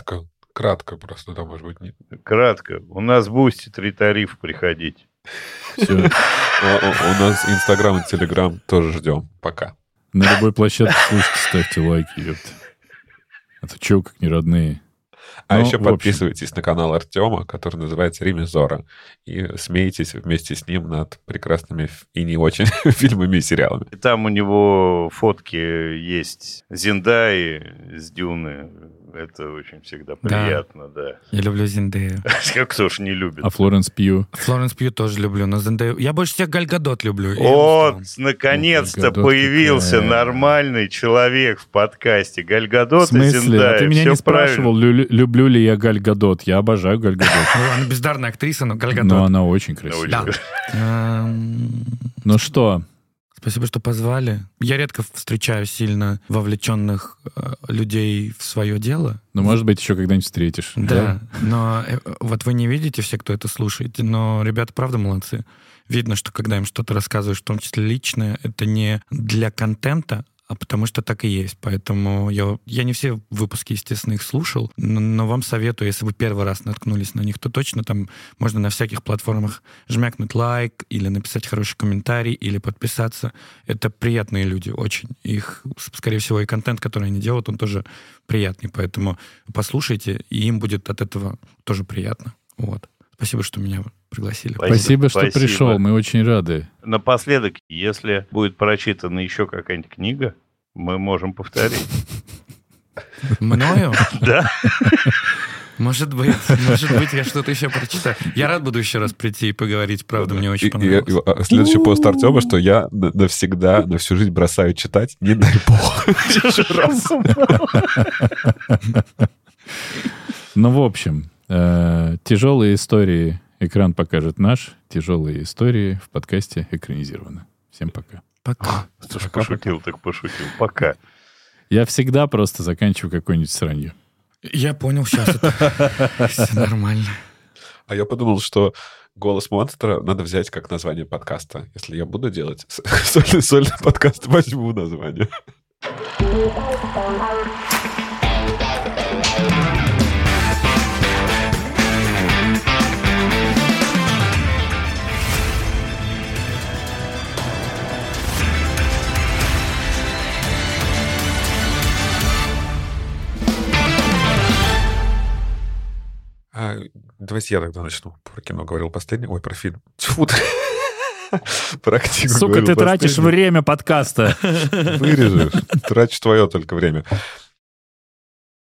Кратко просто, да, может быть. Не... Кратко. У нас в Бусти три тарифа, приходите. Все. У, у нас Инстаграм и Телеграм тоже ждем. Пока. На любой площадке слушайте, ставьте лайки, ёпта. А то чего, как не родные. А Ну, еще в общем. подписывайтесь на канал Артема, который называется «Ремезора», и смейтесь вместе с ним над прекрасными ф- и не очень фильмами и сериалами. И там у него фотки есть Зендаи с Дюны. Это очень всегда Да. приятно, да. Я люблю Зендею. Кто ж не любит? А Флоренс Пью? Флоренс Пью тоже люблю, но Зендею... Я больше всех Галь Гадот люблю. Я Вот, устал. наконец-то Галь Гадот появился какая. нормальный человек в подкасте. Галь Гадот В и смысле? Зендая. А ты меня Всё не спрашивал, лю- люблю ли я Галь Гадот. Я обожаю Галь Гадот. Ну, она бездарная актриса, но Галь Гадот. Но она очень красивая. Очень. Да. Эм, Ну что, Спасибо, что позвали. Я редко встречаю сильно вовлеченных э, людей в свое дело. ну, может быть, еще когда-нибудь встретишь. Да, но э, вот вы не видите все, кто это слушает, но ребята правда молодцы. Видно, что когда им что-то рассказываешь, в том числе личное, это не для контента, а потому что так и есть. Поэтому я, я не все выпуски, естественно, их слушал, но, но вам советую, если вы первый раз наткнулись на них, то точно там можно на всяких платформах жмякнуть лайк или написать хороший комментарий, или подписаться. Это приятные люди очень. Их, скорее всего, и контент, который они делают, он тоже приятный. Поэтому послушайте, и им будет от этого тоже приятно. Вот. Спасибо, что меня пригласили. Спасибо, что Спасибо. пришел. Мы очень рады. Напоследок, если будет прочитана еще какая-нибудь книга, мы можем повторить. Мною? Да? Может быть, может быть, я что-то еще прочитаю. Я рад буду еще раз прийти и поговорить, правда, мне И- очень и- понравилось. и, а, следующий пост Артема, что я на- навсегда, на всю жизнь бросаю читать, не дай бог. Еще раз. Ну, в общем, э, тяжелые истории экран покажет наш. Тяжелые истории в подкасте экранизированы. Всем пока. Пока. Слушай, пошутил, так пошутил. Пока. Я всегда просто заканчиваю какой-нибудь сранью. Я понял, сейчас это все нормально. А я подумал, что «Голос монстра» надо взять как название подкаста. Если я буду делать с- сольный, сольный подкаст, возьму название. А, давайте я тогда начну. Про кино говорил последний. Ой, про фильм. Тьфу ты. Про книгу Сука, говорил ты тратишь последний. время подкаста. Вырежешь. Тратишь твое только время.